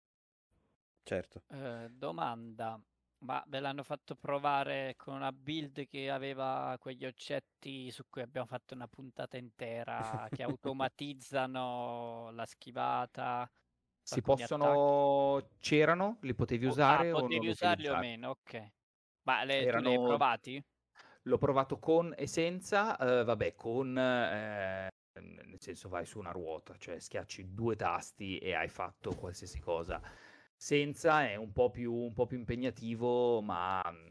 Certo. Eh, domanda, ma ve l'hanno fatto provare con una build che aveva quegli oggetti su cui abbiamo fatto una puntata intera, che automatizzano la schivata, Si alcuni attacchi? possono, c'erano, li potevi Oh, ah, usare o non potevi li potevi usarli o usare? meno, ok. Ma le- tu li hai Erano, provati? l'ho provato con e senza, eh, vabbè, con, eh, nel senso vai su una ruota, cioè schiacci due tasti e hai fatto qualsiasi cosa. Senza è un po' più, un po' più impegnativo, ma mh,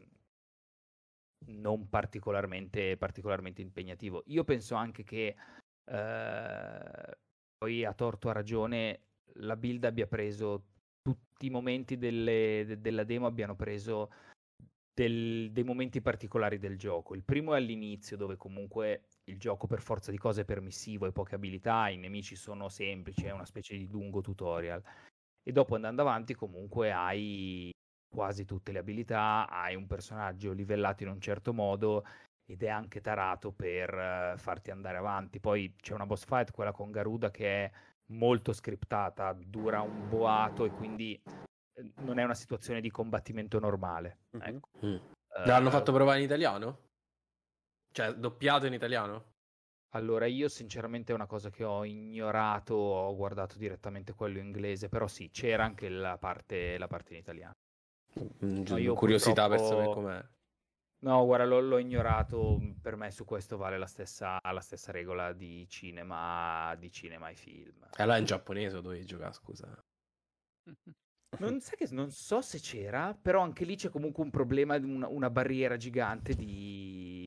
non particolarmente, particolarmente impegnativo. Io penso anche che, eh, poi a torto a ragione, la build abbia preso tutti i momenti delle- de- della demo abbiano preso del- dei momenti particolari del gioco. Il primo è all'inizio, dove comunque il gioco per forza di cose è permissivo e poche abilità, i nemici sono semplici, è una specie di lungo tutorial. E dopo andando avanti comunque hai quasi tutte le abilità, hai un personaggio livellato in un certo modo ed è anche tarato per eh, farti andare avanti. Poi c'è una boss fight, quella con Garuda, che è molto scriptata, dura un boato e quindi eh, non è una situazione di combattimento normale. Mhm. Ecco. Mm. Eh, L'hanno fatto provare in italiano? Cioè, doppiato in italiano? allora, io sinceramente è una cosa che ho ignorato, ho guardato direttamente quello inglese, però sì, c'era anche la parte, la parte in italiano. Mm, No, giu- io curiosità per sapere purtroppo... com'è. No, guarda, l'ho, l'ho ignorato, per me su questo vale la stessa, la stessa regola di cinema, di cinema e film. E là in giapponese dovevi giocare, scusa. Non, sai che non so se c'era, però anche lì c'è comunque un problema, una, una barriera gigante di,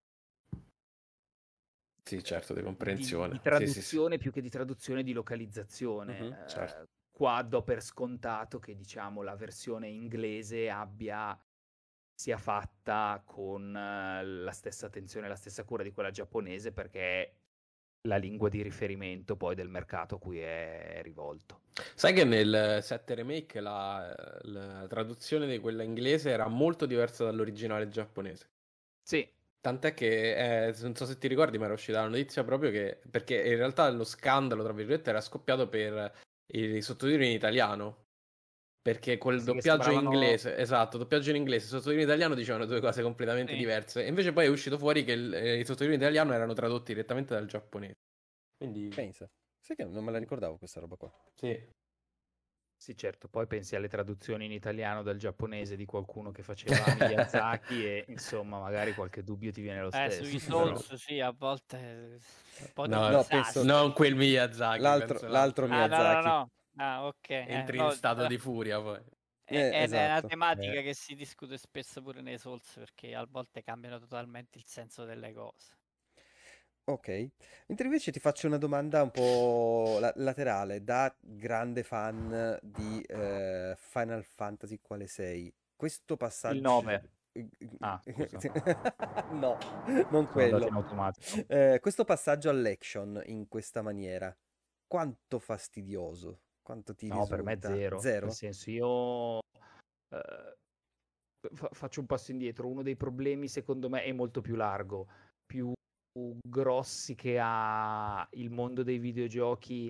Sì, certo, di di, di- di comprensione. Sì, sì, sì. traduzione più che di traduzione, di localizzazione. Mhm. Certo. Eh, qua do per scontato che, diciamo, la versione inglese abbia sia fatta con eh, la stessa attenzione e la stessa cura di quella giapponese, perché è la lingua di riferimento poi del mercato a cui è rivolto. Sai che nel sette Remake la, la traduzione di quella inglese era molto diversa dall'originale giapponese. Sì, Tant'è che, eh, non so se ti ricordi, ma era uscita la notizia proprio che, perché in realtà lo scandalo, tra virgolette, era scoppiato per i sottotitoli in italiano. Perché col Sì, che doppiaggio in sembravano... inglese, esatto, doppiaggio in inglese, sottotitoli in italiano dicevano due cose completamente Sì. diverse. E invece poi è uscito fuori che il- eh, i sottotitoli in italiano erano tradotti direttamente dal giapponese. Quindi, Pensa. Sai che non me la ricordavo questa roba qua. sì. Sì, certo, poi pensi alle traduzioni in italiano dal giapponese di qualcuno che faceva Miyazaki e insomma magari qualche dubbio ti viene lo Eh, sui stesso, però... Souls sì, a volte eh, un po' di No, No, penso disastri. non quel Miyazaki, l'altro, penso l'altro l'altro. Ah, no, no, no, Miyazaki. no. Ah, ok. Eh, Entri no, in stato eh, di furia poi. è, Eh, è- è una esatto. tematica Eh. che si discute spesso pure nei Souls perché a volte cambiano totalmente il senso delle cose. Ok. Mentre invece ti faccio una domanda un po' la- laterale, da grande fan di eh, Final Fantasy, quale sei? Questo Il passaggio... nove. Ah, scusa. No, non Sono andato quello. in automatico. Eh, questo passaggio all'action in questa maniera, quanto fastidioso? Quanto ti No, per me risulta? zero. Nel Zero? senso, io eh, fa- faccio un passo indietro. Uno dei problemi, secondo me, è molto più largo, più grossi che ha il mondo dei videogiochi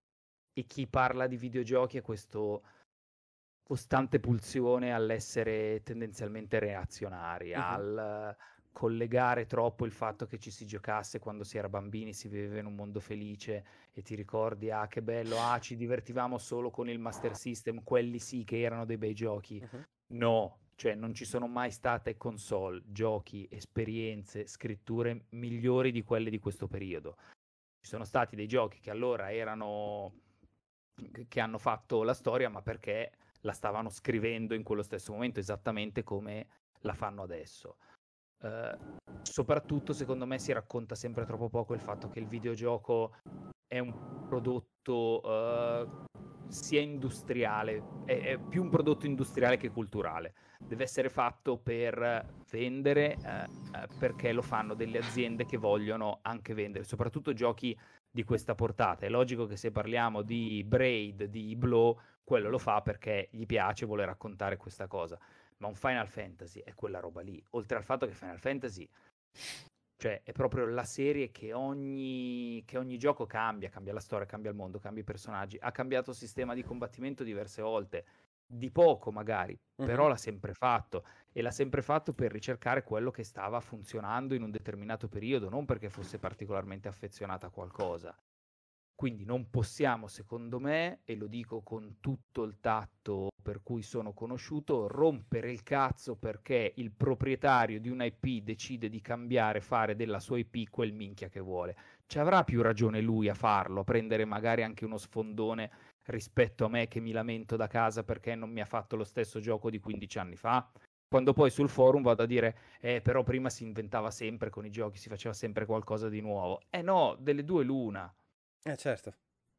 e chi parla di videogiochi è questo costante pulsione all'essere tendenzialmente reazionari, Mhm. al collegare troppo il fatto che ci si giocasse quando si era bambini, si viveva in un mondo felice e ti ricordi, ah che bello, ah ci divertivamo solo con il Master System, quelli sì che erano dei bei giochi. Mhm. No, cioè non ci sono mai state console, giochi, esperienze, scritture migliori di quelle di questo periodo. Ci sono stati dei giochi che allora erano che hanno fatto la storia, ma perché la stavano scrivendo in quello stesso momento, esattamente come la fanno adesso. Eh, soprattutto, secondo me, si racconta sempre troppo poco il fatto che il videogioco è un prodotto eh, sia industriale, è, è più un prodotto industriale che culturale. Deve essere fatto per vendere, eh, eh, perché lo fanno delle aziende che vogliono anche vendere, soprattutto giochi di questa portata. È logico che se parliamo di Braid, di Blow, quello lo fa perché gli piace, vuole raccontare questa cosa. Ma un Final Fantasy è quella roba lì. Oltre al fatto che Final Fantasy, cioè, è proprio la serie che ogni, che ogni gioco cambia, cambia la storia, cambia il mondo, cambia i personaggi. Ha cambiato il sistema di combattimento diverse volte, di poco magari, però Mhm. l'ha sempre fatto. E l'ha sempre fatto per ricercare quello che stava funzionando in un determinato periodo, non perché fosse particolarmente affezionata a qualcosa. Quindi non possiamo, secondo me, e lo dico con tutto il tatto per cui sono conosciuto, rompere il cazzo perché il proprietario di una I P decide di cambiare, fare della sua I P quel minchia che vuole. Ci avrà più ragione lui a farlo, a prendere magari anche uno sfondone rispetto a me che mi lamento da casa perché non mi ha fatto lo stesso gioco di quindici anni fa. Quando poi sul forum vado a dire, eh, però prima si inventava sempre con i giochi, si faceva sempre qualcosa di nuovo. Eh no, delle due l'una. Eh certo,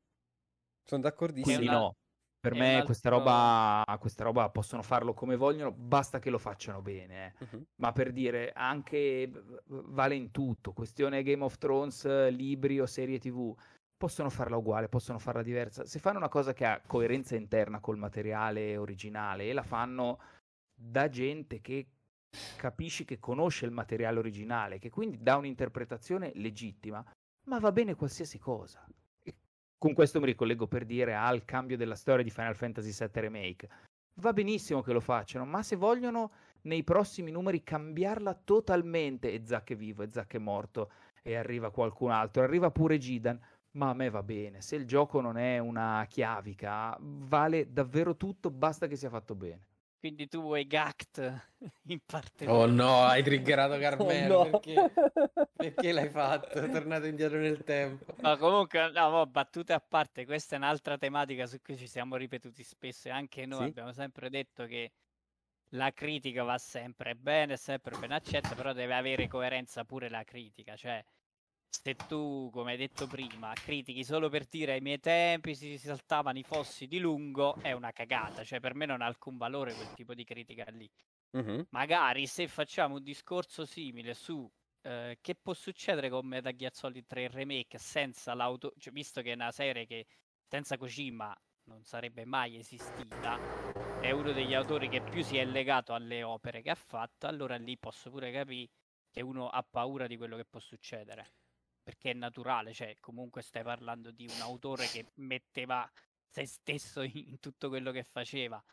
sono È Quindi d'accordissimo. una, no, per è un me questa altro... roba, questa roba possono farlo come vogliono, basta che lo facciano bene. eh. Mhm. Ma per dire, anche v- v- vale in tutto, questione Game of Thrones, eh, libri o serie T V, possono farla uguale, possono farla diversa. Se fanno una cosa che ha coerenza interna col materiale originale e la fanno da gente che capisci che conosce il materiale originale, che quindi dà un'interpretazione legittima, ma va bene qualsiasi cosa. E con questo mi ricollego per dire al cambio della storia di Final Fantasy sette Remake. Va benissimo che lo facciano, ma se vogliono nei prossimi numeri cambiarla totalmente, e Zack è vivo, e Zack è morto, e arriva qualcun altro, arriva pure Gidan, ma a me va bene. Se il gioco non è una chiavica, vale davvero tutto, basta che sia fatto bene. Quindi tu vuoi Gact in parte Oh due. no, hai triggerato Oh Carmelo, no! perché? Perché l'hai fatto? È tornato indietro nel tempo. Ma comunque, no, mo, battute a parte, questa è un'altra tematica su cui ci siamo ripetuti spesso e anche noi Sì? abbiamo sempre detto che la critica va sempre bene, è sempre ben accetta, però deve avere coerenza pure la critica, cioè se tu, come hai detto prima, critichi solo per dire ai miei tempi si saltavano i fossi di lungo, è una cagata, cioè per me non ha alcun valore quel tipo di critica lì. Mhm. Magari se facciamo un discorso simile su eh, che può succedere con Metal Gear Solid tre Remake senza l'auto, cioè, visto che è una serie che senza Kojima non sarebbe mai esistita, è uno degli autori che più si è legato alle opere che ha fatto, allora lì posso pure capire che uno ha paura di quello che può succedere, perché è naturale, cioè comunque stai parlando di un autore che metteva se stesso in tutto quello che faceva.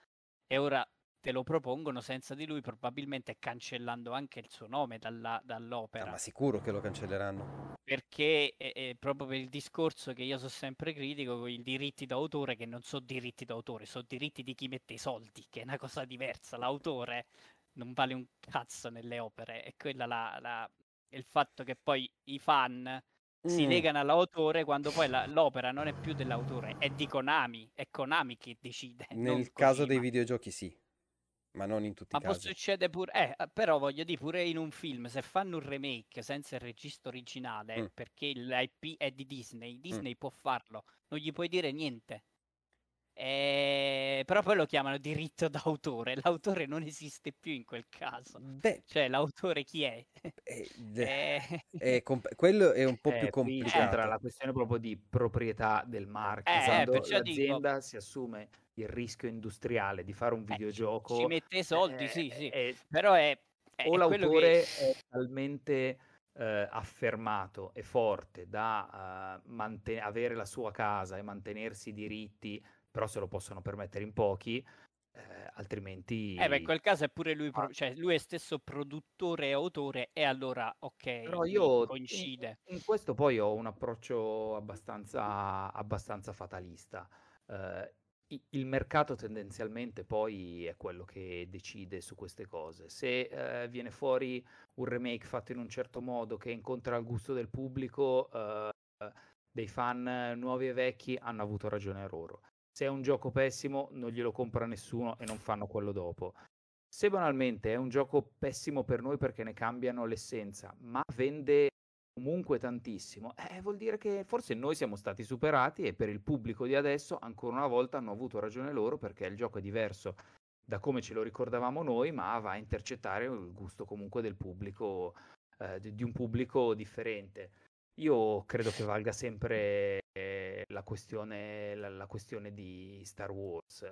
e ora te lo propongono senza di lui, probabilmente cancellando anche il suo nome dalla- Ah, dall'opera. ma sicuro che lo cancelleranno. Perché è, è proprio per il discorso che io sono sempre critico con i diritti d'autore, che non sono diritti d'autore, sono diritti di chi mette i soldi, che è una cosa diversa. L'autore non vale un cazzo nelle opere, e quella la, la- il fatto che poi i fan si Mm. legano all'autore quando poi la- l'opera non è più dell'autore, è di Konami, è Konami che decide, non Nel caso dei Kojima. videogiochi sì, ma non in tutti i Ma può casi. succedere pure, eh, eh, però voglio dire, pure in un film, se fanno un remake senza il registro originale, Mm. perché l'I P è di Disney, Mm. Disney può farlo, non gli puoi dire niente. Eh, però poi lo chiamano diritto d'autore, l'autore non esiste più in quel caso. Beh, Cioè, l'autore chi è? eh, d- Eh, è comp- quello è un po' più Eh, qui c'entra complicato. la questione proprio di proprietà del marchio. eh, eh, Quando perciò dico, l'azienda si assume il rischio industriale di fare un eh, ci, ci videogioco, mette i soldi, eh, sì, sì, è- però è, è- o è quello che... l'autore è talmente eh, affermato e forte da eh, mante- avere la sua casa e mantenersi i diritti, però se lo possono permettere in pochi, eh, Eh, beh, in altrimenti... quel caso è pure lui, Ah, pro- cioè lui è stesso produttore e autore, e allora ok, Però lì io in, coincide. in questo poi ho un approccio abbastanza, abbastanza fatalista. Eh, i- il mercato tendenzialmente poi è quello che decide su queste cose. Se eh, viene fuori un remake fatto in un certo modo che incontra il gusto del pubblico, eh, dei fan nuovi e vecchi hanno avuto ragione loro. Se è un gioco pessimo, non glielo compra nessuno e non fanno quello dopo. Se banalmente è un gioco pessimo per noi perché ne cambiano l'essenza, ma vende comunque tantissimo, eh, vuol dire che forse noi siamo stati superati e per il pubblico di adesso ancora una volta hanno avuto ragione loro, perché il gioco è diverso da come ce lo ricordavamo noi, ma va a intercettare il gusto comunque del pubblico, eh, di di un pubblico differente. Io credo che valga sempre eh, la questione, la, la questione di Star Wars.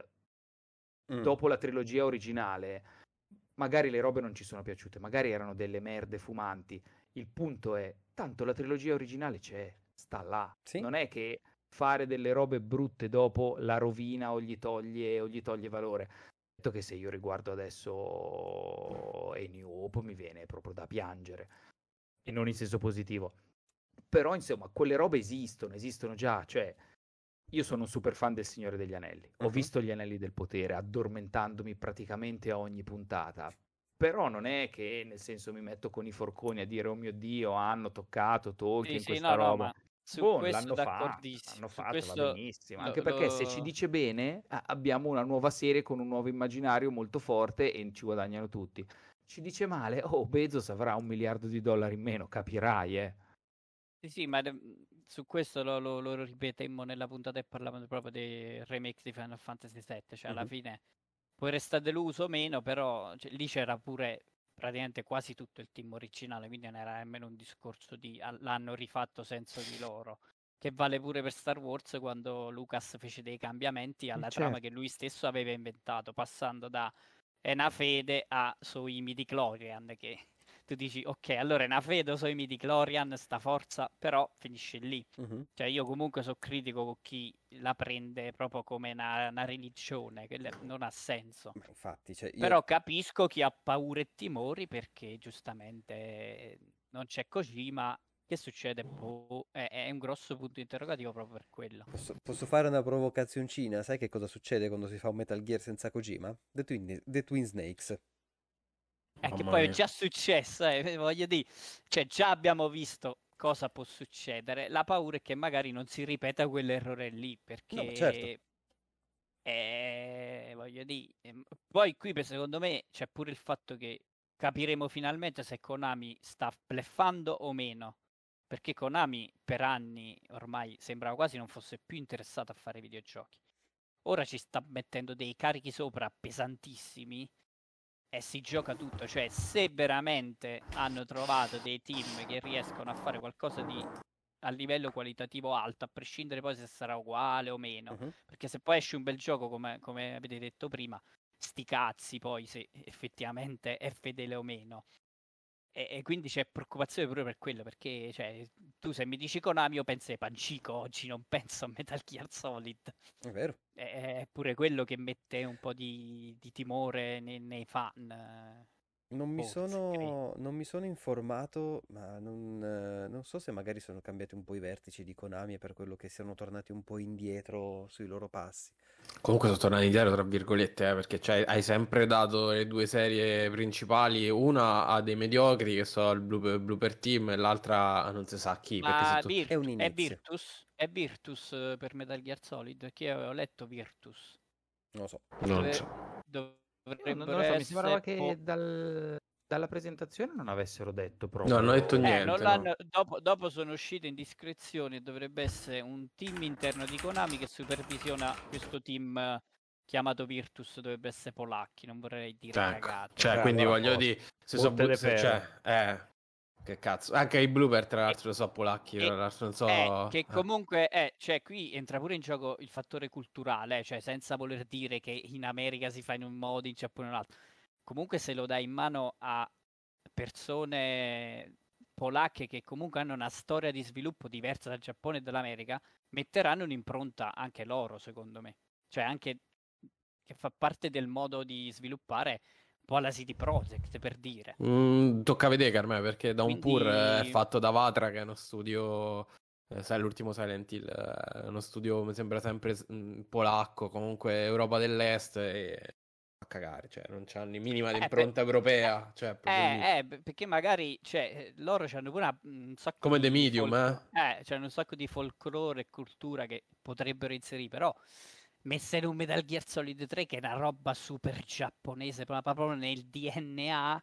Mm. Dopo la trilogia originale, magari le robe non ci sono piaciute, magari erano delle merde fumanti. Il punto è, tanto la trilogia originale c'è, sta là. Sì? Non è che fare delle robe brutte dopo la rovina o gli toglie, o gli toglie valore. Detto che se io riguardo adesso A New Hope mi viene proprio da piangere, e non in senso positivo. Però, insomma, quelle robe esistono, esistono già, cioè io sono un super fan del Signore degli Anelli. Ho Mhm. visto gli Anelli del Potere, addormentandomi praticamente a ogni puntata. Però non è che, nel senso, mi metto con i forconi a dire, oh mio Dio, hanno toccato Sì, Tolkien, sì, questa no, no, roba. ma su Boh, questo l'hanno fatta, d'accordissimo, l'hanno su fatta, va questo benissimo. lo, Anche perché se ci lo- dice bene, a- abbiamo una nuova serie con un nuovo immaginario molto forte e ci guadagnano tutti. Ci dice male, oh, Bezos avrà un miliardo di dollari in meno, capirai, eh. Sì, sì, ma de- su questo lo, lo, lo ripetemmo nella puntata e parlavamo proprio dei remake di Final Fantasy sette, cioè alla Mhm. fine puoi restare deluso o meno, però cioè, lì c'era pure praticamente quasi tutto il team originale, quindi non era nemmeno un discorso di ah, l'hanno rifatto senza di loro, che vale pure per Star Wars quando Lucas fece dei cambiamenti Eh, alla trama certo. che lui stesso aveva inventato, passando da È una fede a Sui midi-chlorian, che tu dici, ok, allora è una fede o Sui midi-chlorian, sta forza, però finisce lì. Mhm. Cioè io comunque sono critico con chi la prende proprio come una, una religione, che le- non ha senso. Ma infatti, cioè, io... Però capisco chi ha paura e timori perché giustamente non c'è Kojima. Che succede? Boh, è, è un grosso punto interrogativo proprio per quello. Posso, posso fare una provocazioncina? Sai che cosa succede quando si fa un Metal Gear senza Kojima? The Twin, The Twin Snakes. È che Mamma poi è mia. già successo, eh, voglio dire, cioè già abbiamo visto cosa può succedere. La paura è che magari non si ripeta quell'errore lì, No, ma certo. perché eh, voglio dire, ehm, poi qui per- secondo me c'è pure il fatto che capiremo finalmente se Konami sta bleffando o meno, perché Konami per anni ormai sembrava quasi non fosse più interessato a fare videogiochi. Ora ci sta mettendo dei carichi sopra pesantissimi e si gioca tutto, cioè se veramente hanno trovato dei team che riescono a fare qualcosa di a livello qualitativo alto, a prescindere poi se sarà uguale o meno, Mhm. perché se poi esce un bel gioco come, come avete detto prima, sti cazzi poi se effettivamente è fedele o meno. E, e quindi c'è preoccupazione pure per quello, perché cioè, tu se mi dici Konami io penso ai Pancico oggi, non penso a Metal Gear Solid. È vero. È pure quello che mette un po' di, di timore nei, nei fan. eh, Non mi Forse, credo. sono, non mi sono informato, ma non, eh, non so se magari sono cambiati un po' i vertici di Konami e per quello che siano tornati un po' indietro sui loro passi. Comunque sono tornati indietro, tra virgolette, eh, perché c'hai- hai sempre dato le due serie principali, una a dei mediocri che sono il Blooper, Blooper Team e l'altra a non si sa chi, perché se Ma tu... È Virt- un è inizio, Virtus? È Virtus eh, per Metal Gear Solid? Perché io avevo letto Virtus. non lo so. Non Dove- so. Io non, non dovrebbero lo so, mi sembrava essere che po- dal- dalla presentazione non avessero detto No, non ho detto proprio... Eh, non niente, no. l'hanno. Dopo, dopo sono uscite indiscrezioni e dovrebbe essere un team interno di Konami che supervisiona questo team eh, chiamato Virtus, dovrebbe essere polacchi, non vorrei dire Ecco, cagate. cioè, Ah, quindi allora a voglio posto. dire, se so, Botte bu- de se- ferro. cioè, eh, che cazzo, anche i Blooper tra E, l'altro so polacchi, tra e- l'altro non è so... che eh. comunque è, cioè qui entra pure in gioco il fattore culturale, eh, cioè senza voler dire che in America si fa in un modo, in Giappone in un altro. Comunque se lo dai in mano a persone polacche che comunque hanno una storia di sviluppo diversa dal Giappone e dall'America, metteranno un'impronta anche loro, secondo me. Cioè anche che fa parte del modo di sviluppare un po' alla C D Projekt, per dire. Mm, tocca vedere, Carmè, perché Downpour è Quindi fatto da Vatra, che è uno studio, eh, sai, l'ultimo Silent Hill, eh, è uno studio, mi sembra sempre mm, polacco, comunque Europa dell'Est, e a cagare, cioè non c'ha ni minima di Eh, per- impronta europea, cioè proprio lì. eh, eh, beh, perché magari cioè, eh, loro hanno pure una- un sacco Come The di Medium, folk- eh? eh, c'hanno un sacco di folklore e cultura che potrebbero inserire, però messa in un Metal Gear Solid tre che è una roba super giapponese, ma proprio nel D N A,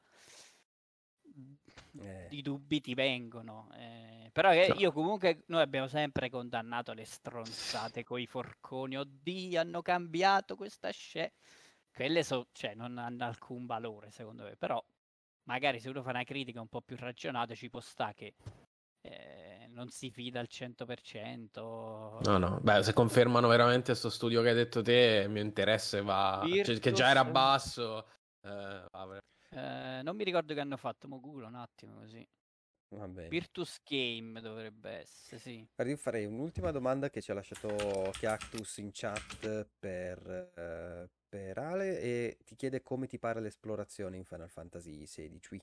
Eh, i dubbi ti vengono. eh. Però eh, No. io comunque, noi abbiamo sempre condannato le stronzate con i forconi, oddio, hanno cambiato questa scelta. Quelle so, cioè, non hanno alcun valore, secondo me, però magari se uno fa una critica un po' più ragionata ci può sta che eh, non si fida al cento per cento. No, no, beh, se confermano veramente sto studio che hai detto te, il mio interesse va, cioè, che già era Virtus, basso, eh, va ver- eh, non mi ricordo che hanno fatto, mo Google un attimo così. va bene. Virtus Game dovrebbe essere, sì. Guarda, io farei un'ultima domanda che ci ha lasciato Chiactus in chat per, eh, per Ale e ti chiede come ti pare l'esplorazione in Final Fantasy sedici.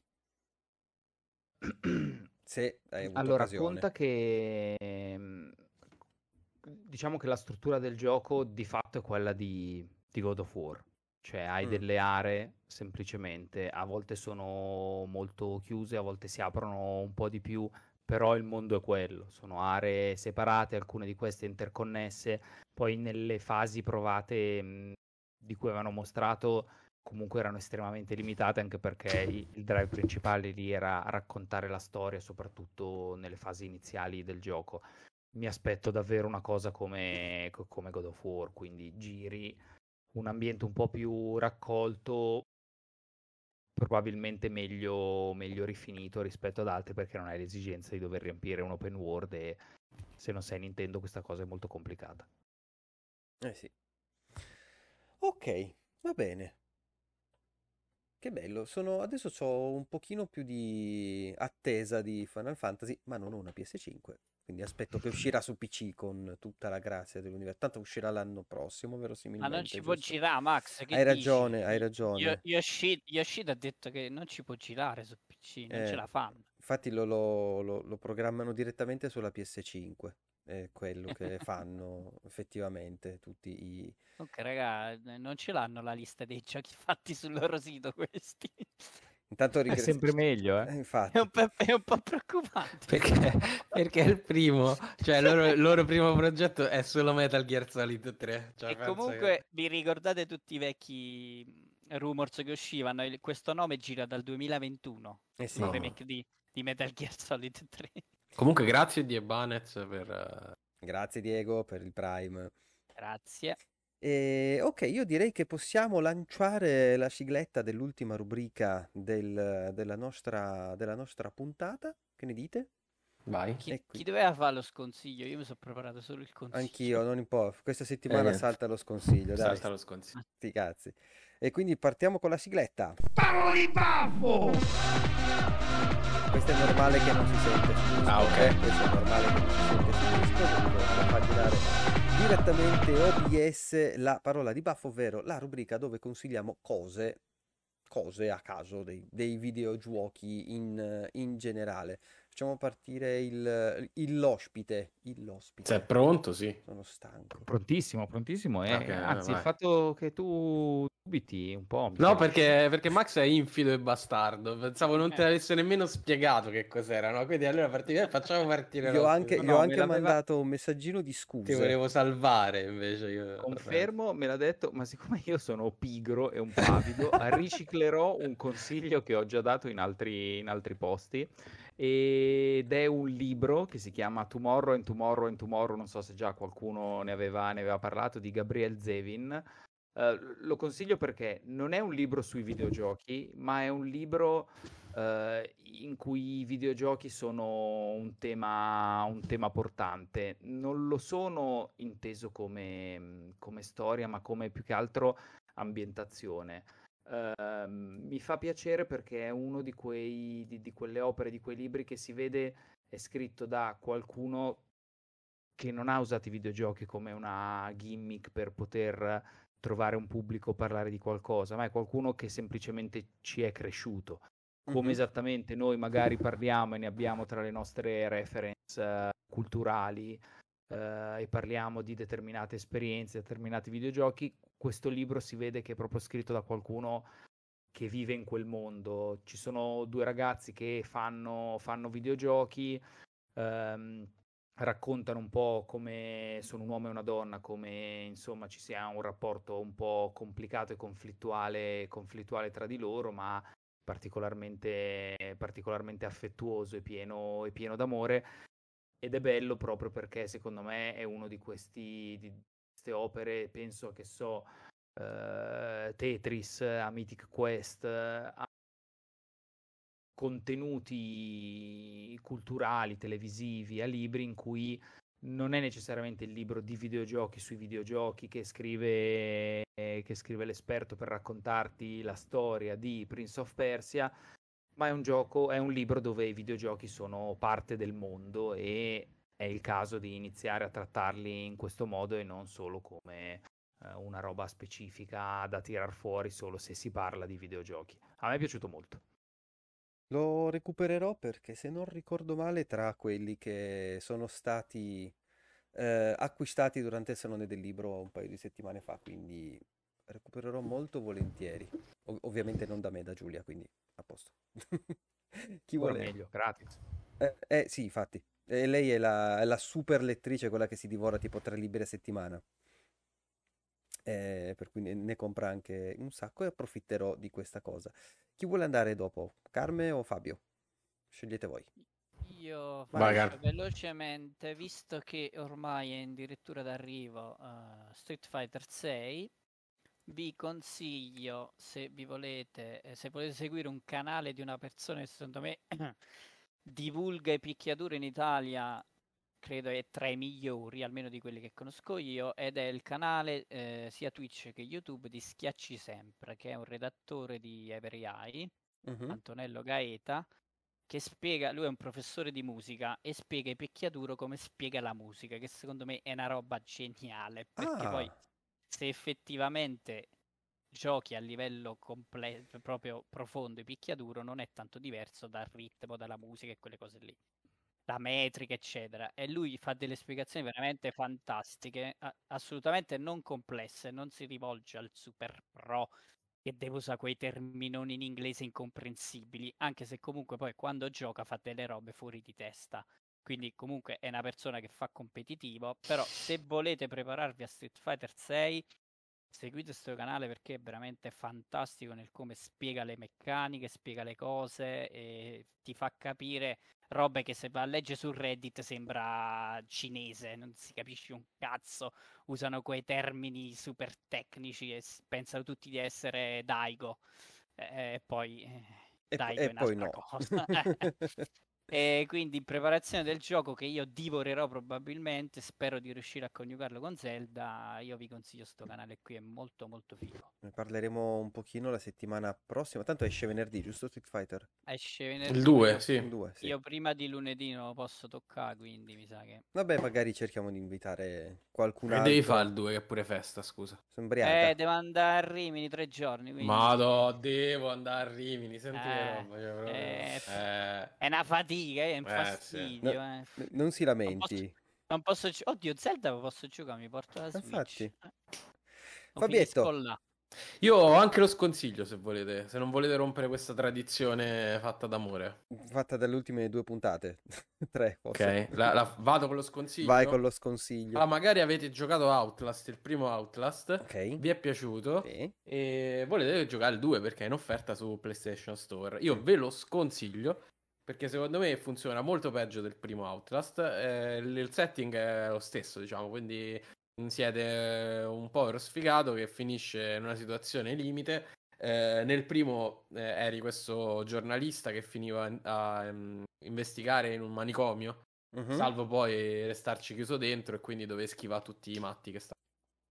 Se hai avuto Allora, occasione. conta che ehm, diciamo che la struttura del gioco di fatto è quella di, di God of War, cioè hai Mm. delle aree semplicemente, a volte sono molto chiuse, a volte si aprono un po' di più, però il mondo è quello, sono aree separate, alcune di queste interconnesse, poi nelle fasi provate mh, di cui avevano mostrato comunque erano estremamente limitate anche perché i- il drive principale lì era raccontare la storia, soprattutto nelle fasi iniziali del gioco. Mi aspetto davvero una cosa come, co- come God of War, quindi giri, un ambiente un po' più raccolto, probabilmente meglio, meglio rifinito rispetto ad altri perché non hai l'esigenza di dover riempire un open world e se non sei Nintendo questa cosa è molto complicata. Eh sì. Ok, va bene. Che bello. Sono... Adesso ho un pochino più di attesa di Final Fantasy, ma non ho una P S cinque. Quindi aspetto che uscirà su P C con tutta la grazia dell'universo. Tanto uscirà l'anno prossimo, Ma non verosimilmente, ci può giusto? girare, Max, che Hai dici? ragione, hai Yo- ragione. Yoshi- Yoshida ha detto che non ci può girare su P C, non ce Eh, la fanno. infatti lo, lo- lo- lo programmano direttamente sulla P S cinque. È quello che fanno effettivamente tutti i... Comunque, raga, eh, non ce l'hanno la lista dei giochi fatti sul loro sito questi. Intanto È ringra- sempre meglio, Eh, eh? È infatti. un po', è un po' preoccupante. Perché, perché è il primo, cioè il loro, il loro primo progetto è solo Metal Gear Solid tre, cioè E penso che... comunque vi ricordate tutti i vecchi mh, rumors che uscivano? Il- questo nome gira dal duemilaventuno, Eh il sì. No. remake di, di Metal Gear Solid tre. Comunque grazie di Ebanez per... eh, Grazie Diego per il Prime. Grazie. E, ok, io direi che possiamo lanciare la sigletta dell'ultima rubrica del- della nostra, della nostra puntata. Che ne dite? Vai. Chi, E chi qui doveva fare lo sconsiglio? Io mi sono preparato solo il consiglio. anch'io, non importa. Questa Eh, settimana niente. salta lo sconsiglio, dai. Salta lo sconsiglio. Sti cazzi. E quindi partiamo con la sigletta. Parole di baffo! Questo è normale che non si sente sul disco, Ah, ok. eh? Questo è normale che non si sente sul disco, quindi devo paginare direttamente O B S la parola di baffo, ovvero la rubrica dove consigliamo cose, cose a caso dei, dei videogiochi in, in generale. Facciamo partire il, il- l'ospite, il l'ospite. Se è pronto, sì. Sono stanco. Prontissimo, prontissimo. E Ok, anzi, il vai. fatto che tu dubiti un po' mi No, fa perché, perché Max è infido e bastardo. Pensavo non te Eh. l'avesse nemmeno spiegato che cos'era, no? Quindi allora parti- eh, facciamo partire Gli ho anche, l'ospite. gli ho No, me anche l'aveva- mandato un messaggino di Ti scuse. volevo salvare invece io. Confermo, me l'ha detto, ma siccome io sono pigro e un pavido, riciclerò un consiglio che ho già dato in altri, in altri posti, ed è un libro che si chiama Tomorrow and Tomorrow and Tomorrow, non so se già qualcuno ne aveva, ne aveva parlato, di Gabriel Zevin. Eh, lo consiglio perché non è un libro sui videogiochi, ma è un libro eh, in cui i videogiochi sono un tema, un tema portante. Non lo sono inteso come, come storia, ma come più che altro ambientazione. Ehm, mi fa piacere perché è uno di quei, di, di quelle opere, di quei libri che si vede è scritto da qualcuno che non ha usato i videogiochi come una gimmick per poter trovare un pubblico, parlare di qualcosa, ma è qualcuno che semplicemente ci è cresciuto. Come Mhm. esattamente noi magari parliamo e ne abbiamo tra le nostre reference eh, culturali eh, e parliamo di determinate esperienze, determinati videogiochi, questo libro si vede che è proprio scritto da qualcuno che vive in quel mondo. Ci sono due ragazzi che fanno, fanno videogiochi, ehm, raccontano un po' come sono un uomo e una donna, come insomma ci sia un rapporto un po' complicato e conflittuale, conflittuale tra di loro, ma particolarmente, particolarmente affettuoso e pieno, e pieno d'amore. Ed è bello proprio perché secondo me è uno di questi di queste opere, penso che so, eh, Tetris, a Mythic Quest, a contenuti culturali, televisivi, a libri in cui non è necessariamente il libro di videogiochi sui videogiochi che scrive, che scrive l'esperto per raccontarti la storia di Prince of Persia, ma è un gioco, è un libro dove i videogiochi sono parte del mondo e è il caso di iniziare a trattarli in questo modo e non solo come eh, una roba specifica da tirar fuori solo se si parla di videogiochi. A me è piaciuto molto. Lo recupererò perché se non ricordo male tra quelli che sono stati eh, acquistati durante il Salone del Libro un paio di settimane fa, quindi recupererò molto volentieri. Ov- ovviamente non da me, da Giulia, quindi a posto. Chi Ancora vuole? meglio, gratis. Eh, eh, sì, infatti. E lei è la, è la super lettrice, quella che si divora tipo tre libri a settimana. Eh, per cui ne, ne compra anche un sacco e approfitterò di questa cosa. Chi vuole andare dopo? Carme o Fabio? Scegliete voi. Io Vai. faccio velocemente, visto che ormai è addirittura d'arrivo uh, Street Fighter sei, vi consiglio, se vi volete, eh, se volete seguire un canale di una persona che secondo me divulga i picchiaduro in Italia, credo è tra i migliori, almeno di quelli che conosco io, ed è il canale eh, sia Twitch che YouTube di Schiacci Sempre, che è un redattore di Every Eye, Mhm. Antonello Gaeta, che spiega, lui è un professore di musica e spiega i picchiaduro come spiega la musica, che secondo me è una roba geniale, perché poi Ah, se effettivamente giochi a livello completo, proprio profondo i picchiaduro, non è tanto diverso dal ritmo, dalla musica e quelle cose lì, la metrica, eccetera. E lui fa delle spiegazioni veramente fantastiche, a- assolutamente non complesse, non si rivolge al super pro che deve usare quei terminoni in inglese incomprensibili, anche se comunque poi quando gioca fa delle robe fuori di testa. Quindi comunque è una persona che fa competitivo, però se volete prepararvi a Street Fighter sei, seguite questo canale perché è veramente fantastico nel come spiega le meccaniche, spiega le cose e ti fa capire robe che se va a leggere su Reddit sembra cinese, non si capisce un cazzo, usano quei termini super tecnici e s- pensano tutti di essere Daigo. E poi eh, e, po- Daigo e è poi un'altra no. cosa. E quindi in preparazione del gioco che io divorerò probabilmente, spero di riuscire a coniugarlo con Zelda, io vi consiglio sto canale qui, è molto molto figo. Ne parleremo un pochino la settimana prossima. Tanto esce venerdì, giusto Street Fighter? Esce Il venerdì, due, io, sì. Il due, sì. io prima di lunedì non lo posso toccare, quindi mi sa che... Vabbè, magari cerchiamo di invitare qualcun E altro. devi fare il due, che è pure festa, scusa. Sono ubriaca. Eh, devo andare a Rimini tre giorni, quindi... Madò, devo andare a Rimini, senti che Eh, roba. Cioè, proprio... eh, eh, È una fatica, è un Eh, fastidio. No, eh. n- non si Non posso, lamenti. non posso gi- Oddio, Zelda lo posso giocare, mi porto la Switch. Infatti. Eh, Lo Fabietto. finisco là. Io ho anche lo sconsiglio, se volete, se non volete rompere questa tradizione fatta d'amore. Fatta dalle ultime due puntate. Tre, forse. Ok, la, la- vado con lo sconsiglio. Vai con lo sconsiglio. Ah, magari avete giocato Outlast, il primo Outlast, Ok. vi è piaciuto Sì. e volete giocare il due perché è in offerta su PlayStation Store. Io ve lo sconsiglio perché secondo me funziona molto peggio del primo Outlast. Eh, il il setting è lo stesso, diciamo, quindi siete un povero sfigato che finisce in una situazione limite. Eh, nel primo eh, eri questo giornalista che finiva a ehm, investigare in un manicomio, Mhm. salvo poi restarci chiuso dentro e quindi dove schivare tutti i matti che stavano.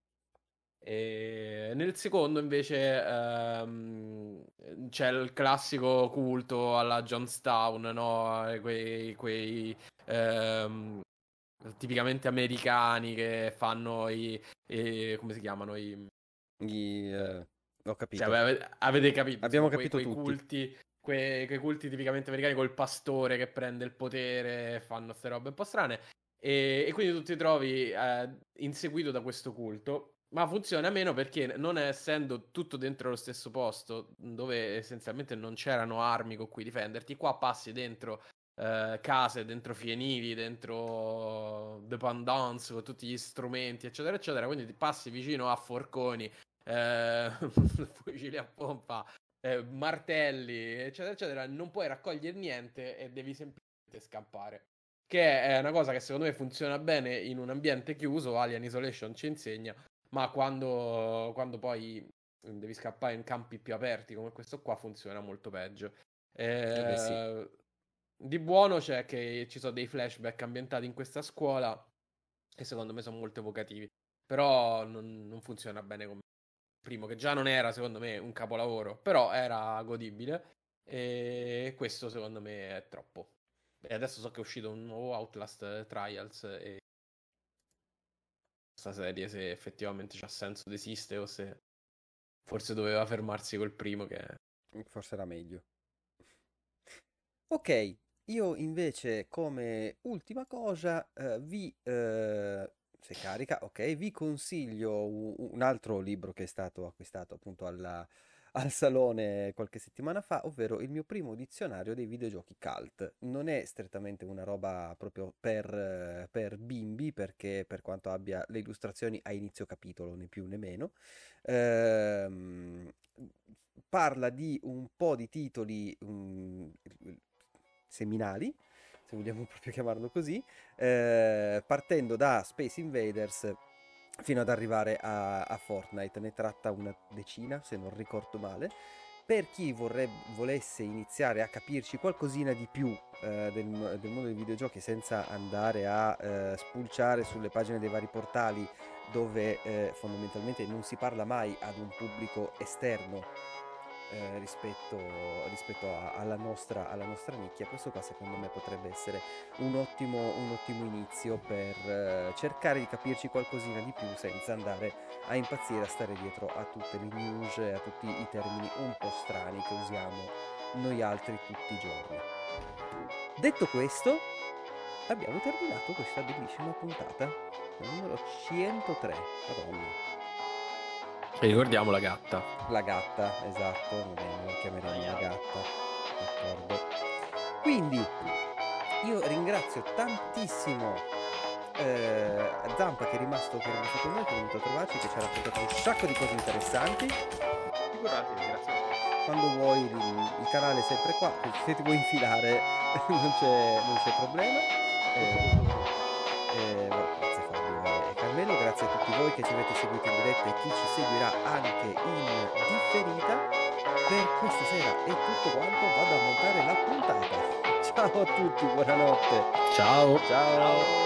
E nel secondo invece ehm, c'è il classico culto alla Johnstown, no? E Quei, quei ehm, tipicamente americani che fanno i, i- come si chiamano i Gli, eh, ho capito. cioè, ave- avete capito? Abbiamo insomma, quei, capito quei tutti. culti, quei, quei culti tipicamente americani col pastore che prende il potere, fanno queste robe un po' strane. E, e quindi tu ti trovi eh, inseguito da questo culto. Ma funziona meno perché non essendo tutto dentro lo stesso posto, dove essenzialmente non c'erano armi con cui difenderti, qua passi dentro eh, case, dentro fienili, dentro dependance con tutti gli strumenti, eccetera, eccetera. Quindi ti passi vicino a forconi, eh, fucili a pompa, eh, martelli, eccetera, eccetera. Non puoi raccogliere niente e devi semplicemente scappare. Che è una cosa che secondo me funziona bene in un ambiente chiuso. Alien Isolation ci insegna. Ma quando, quando poi devi scappare in campi più aperti come questo qua, funziona molto peggio. Eh beh, sì. Eh, di buono c'è che ci sono dei flashback ambientati in questa scuola che secondo me sono molto evocativi. Però non, non funziona bene come il primo, che già non era secondo me un capolavoro, però era godibile. E questo secondo me è troppo. E adesso so che è uscito un nuovo Outlast Trials e questa serie se effettivamente c'ha senso di esistere o se forse doveva fermarsi col primo che... Forse era meglio. Ok, io invece come ultima cosa eh, vi... eh, se carica, ok, vi consiglio u- un altro libro che è stato acquistato appunto alla- al salone qualche settimana fa, ovvero il mio primo dizionario dei videogiochi cult. Non è strettamente una roba proprio per, eh, per bimbi, perché per quanto abbia le illustrazioni a inizio capitolo, né più né meno, ehm, parla di un po' di titoli mm, seminali, se vogliamo proprio chiamarlo così, eh, partendo da Space Invaders fino ad arrivare a, a Fortnite. Ne tratta una decina, se non ricordo male. Per chi vorrebbe, volesse iniziare a capirci qualcosina di più eh, del, del mondo dei videogiochi senza andare a eh, spulciare sulle pagine dei vari portali dove eh, fondamentalmente non si parla mai ad un pubblico esterno eh, rispetto, rispetto a- alla nostra, alla nostra nicchia, questo qua secondo me potrebbe essere un ottimo, un ottimo inizio per eh, cercare di capirci qualcosina di più senza andare a impazzire, a stare dietro a tutte le news e a tutti i termini un po' strani che usiamo noi altri tutti i giorni. Detto questo, abbiamo terminato questa bellissima puntata, il numero centotré, madonna. E ricordiamo la gatta. La gatta, esatto, va bene, la chiameremo la gatta, d'accordo. Quindi, io ringrazio tantissimo eh, Zampa che è rimasto, che è rimasto con noi, che è venuto a trovarci, che ci ha raccontato un sacco di cose interessanti. Figuratevi, grazie a te. Quando vuoi il, il canale è sempre qua, se ti vuoi infilare non c'è, non c'è problema. Eh, eh, grazie Fabio e Carmelo, grazie a tutti voi che ci avete seguito in diretta e chi ci seguirà anche in differita. Per questa sera è tutto quanto, vado a montare la puntata. Ciao! Ciao a tutti, buonanotte. Ciao. Ciao.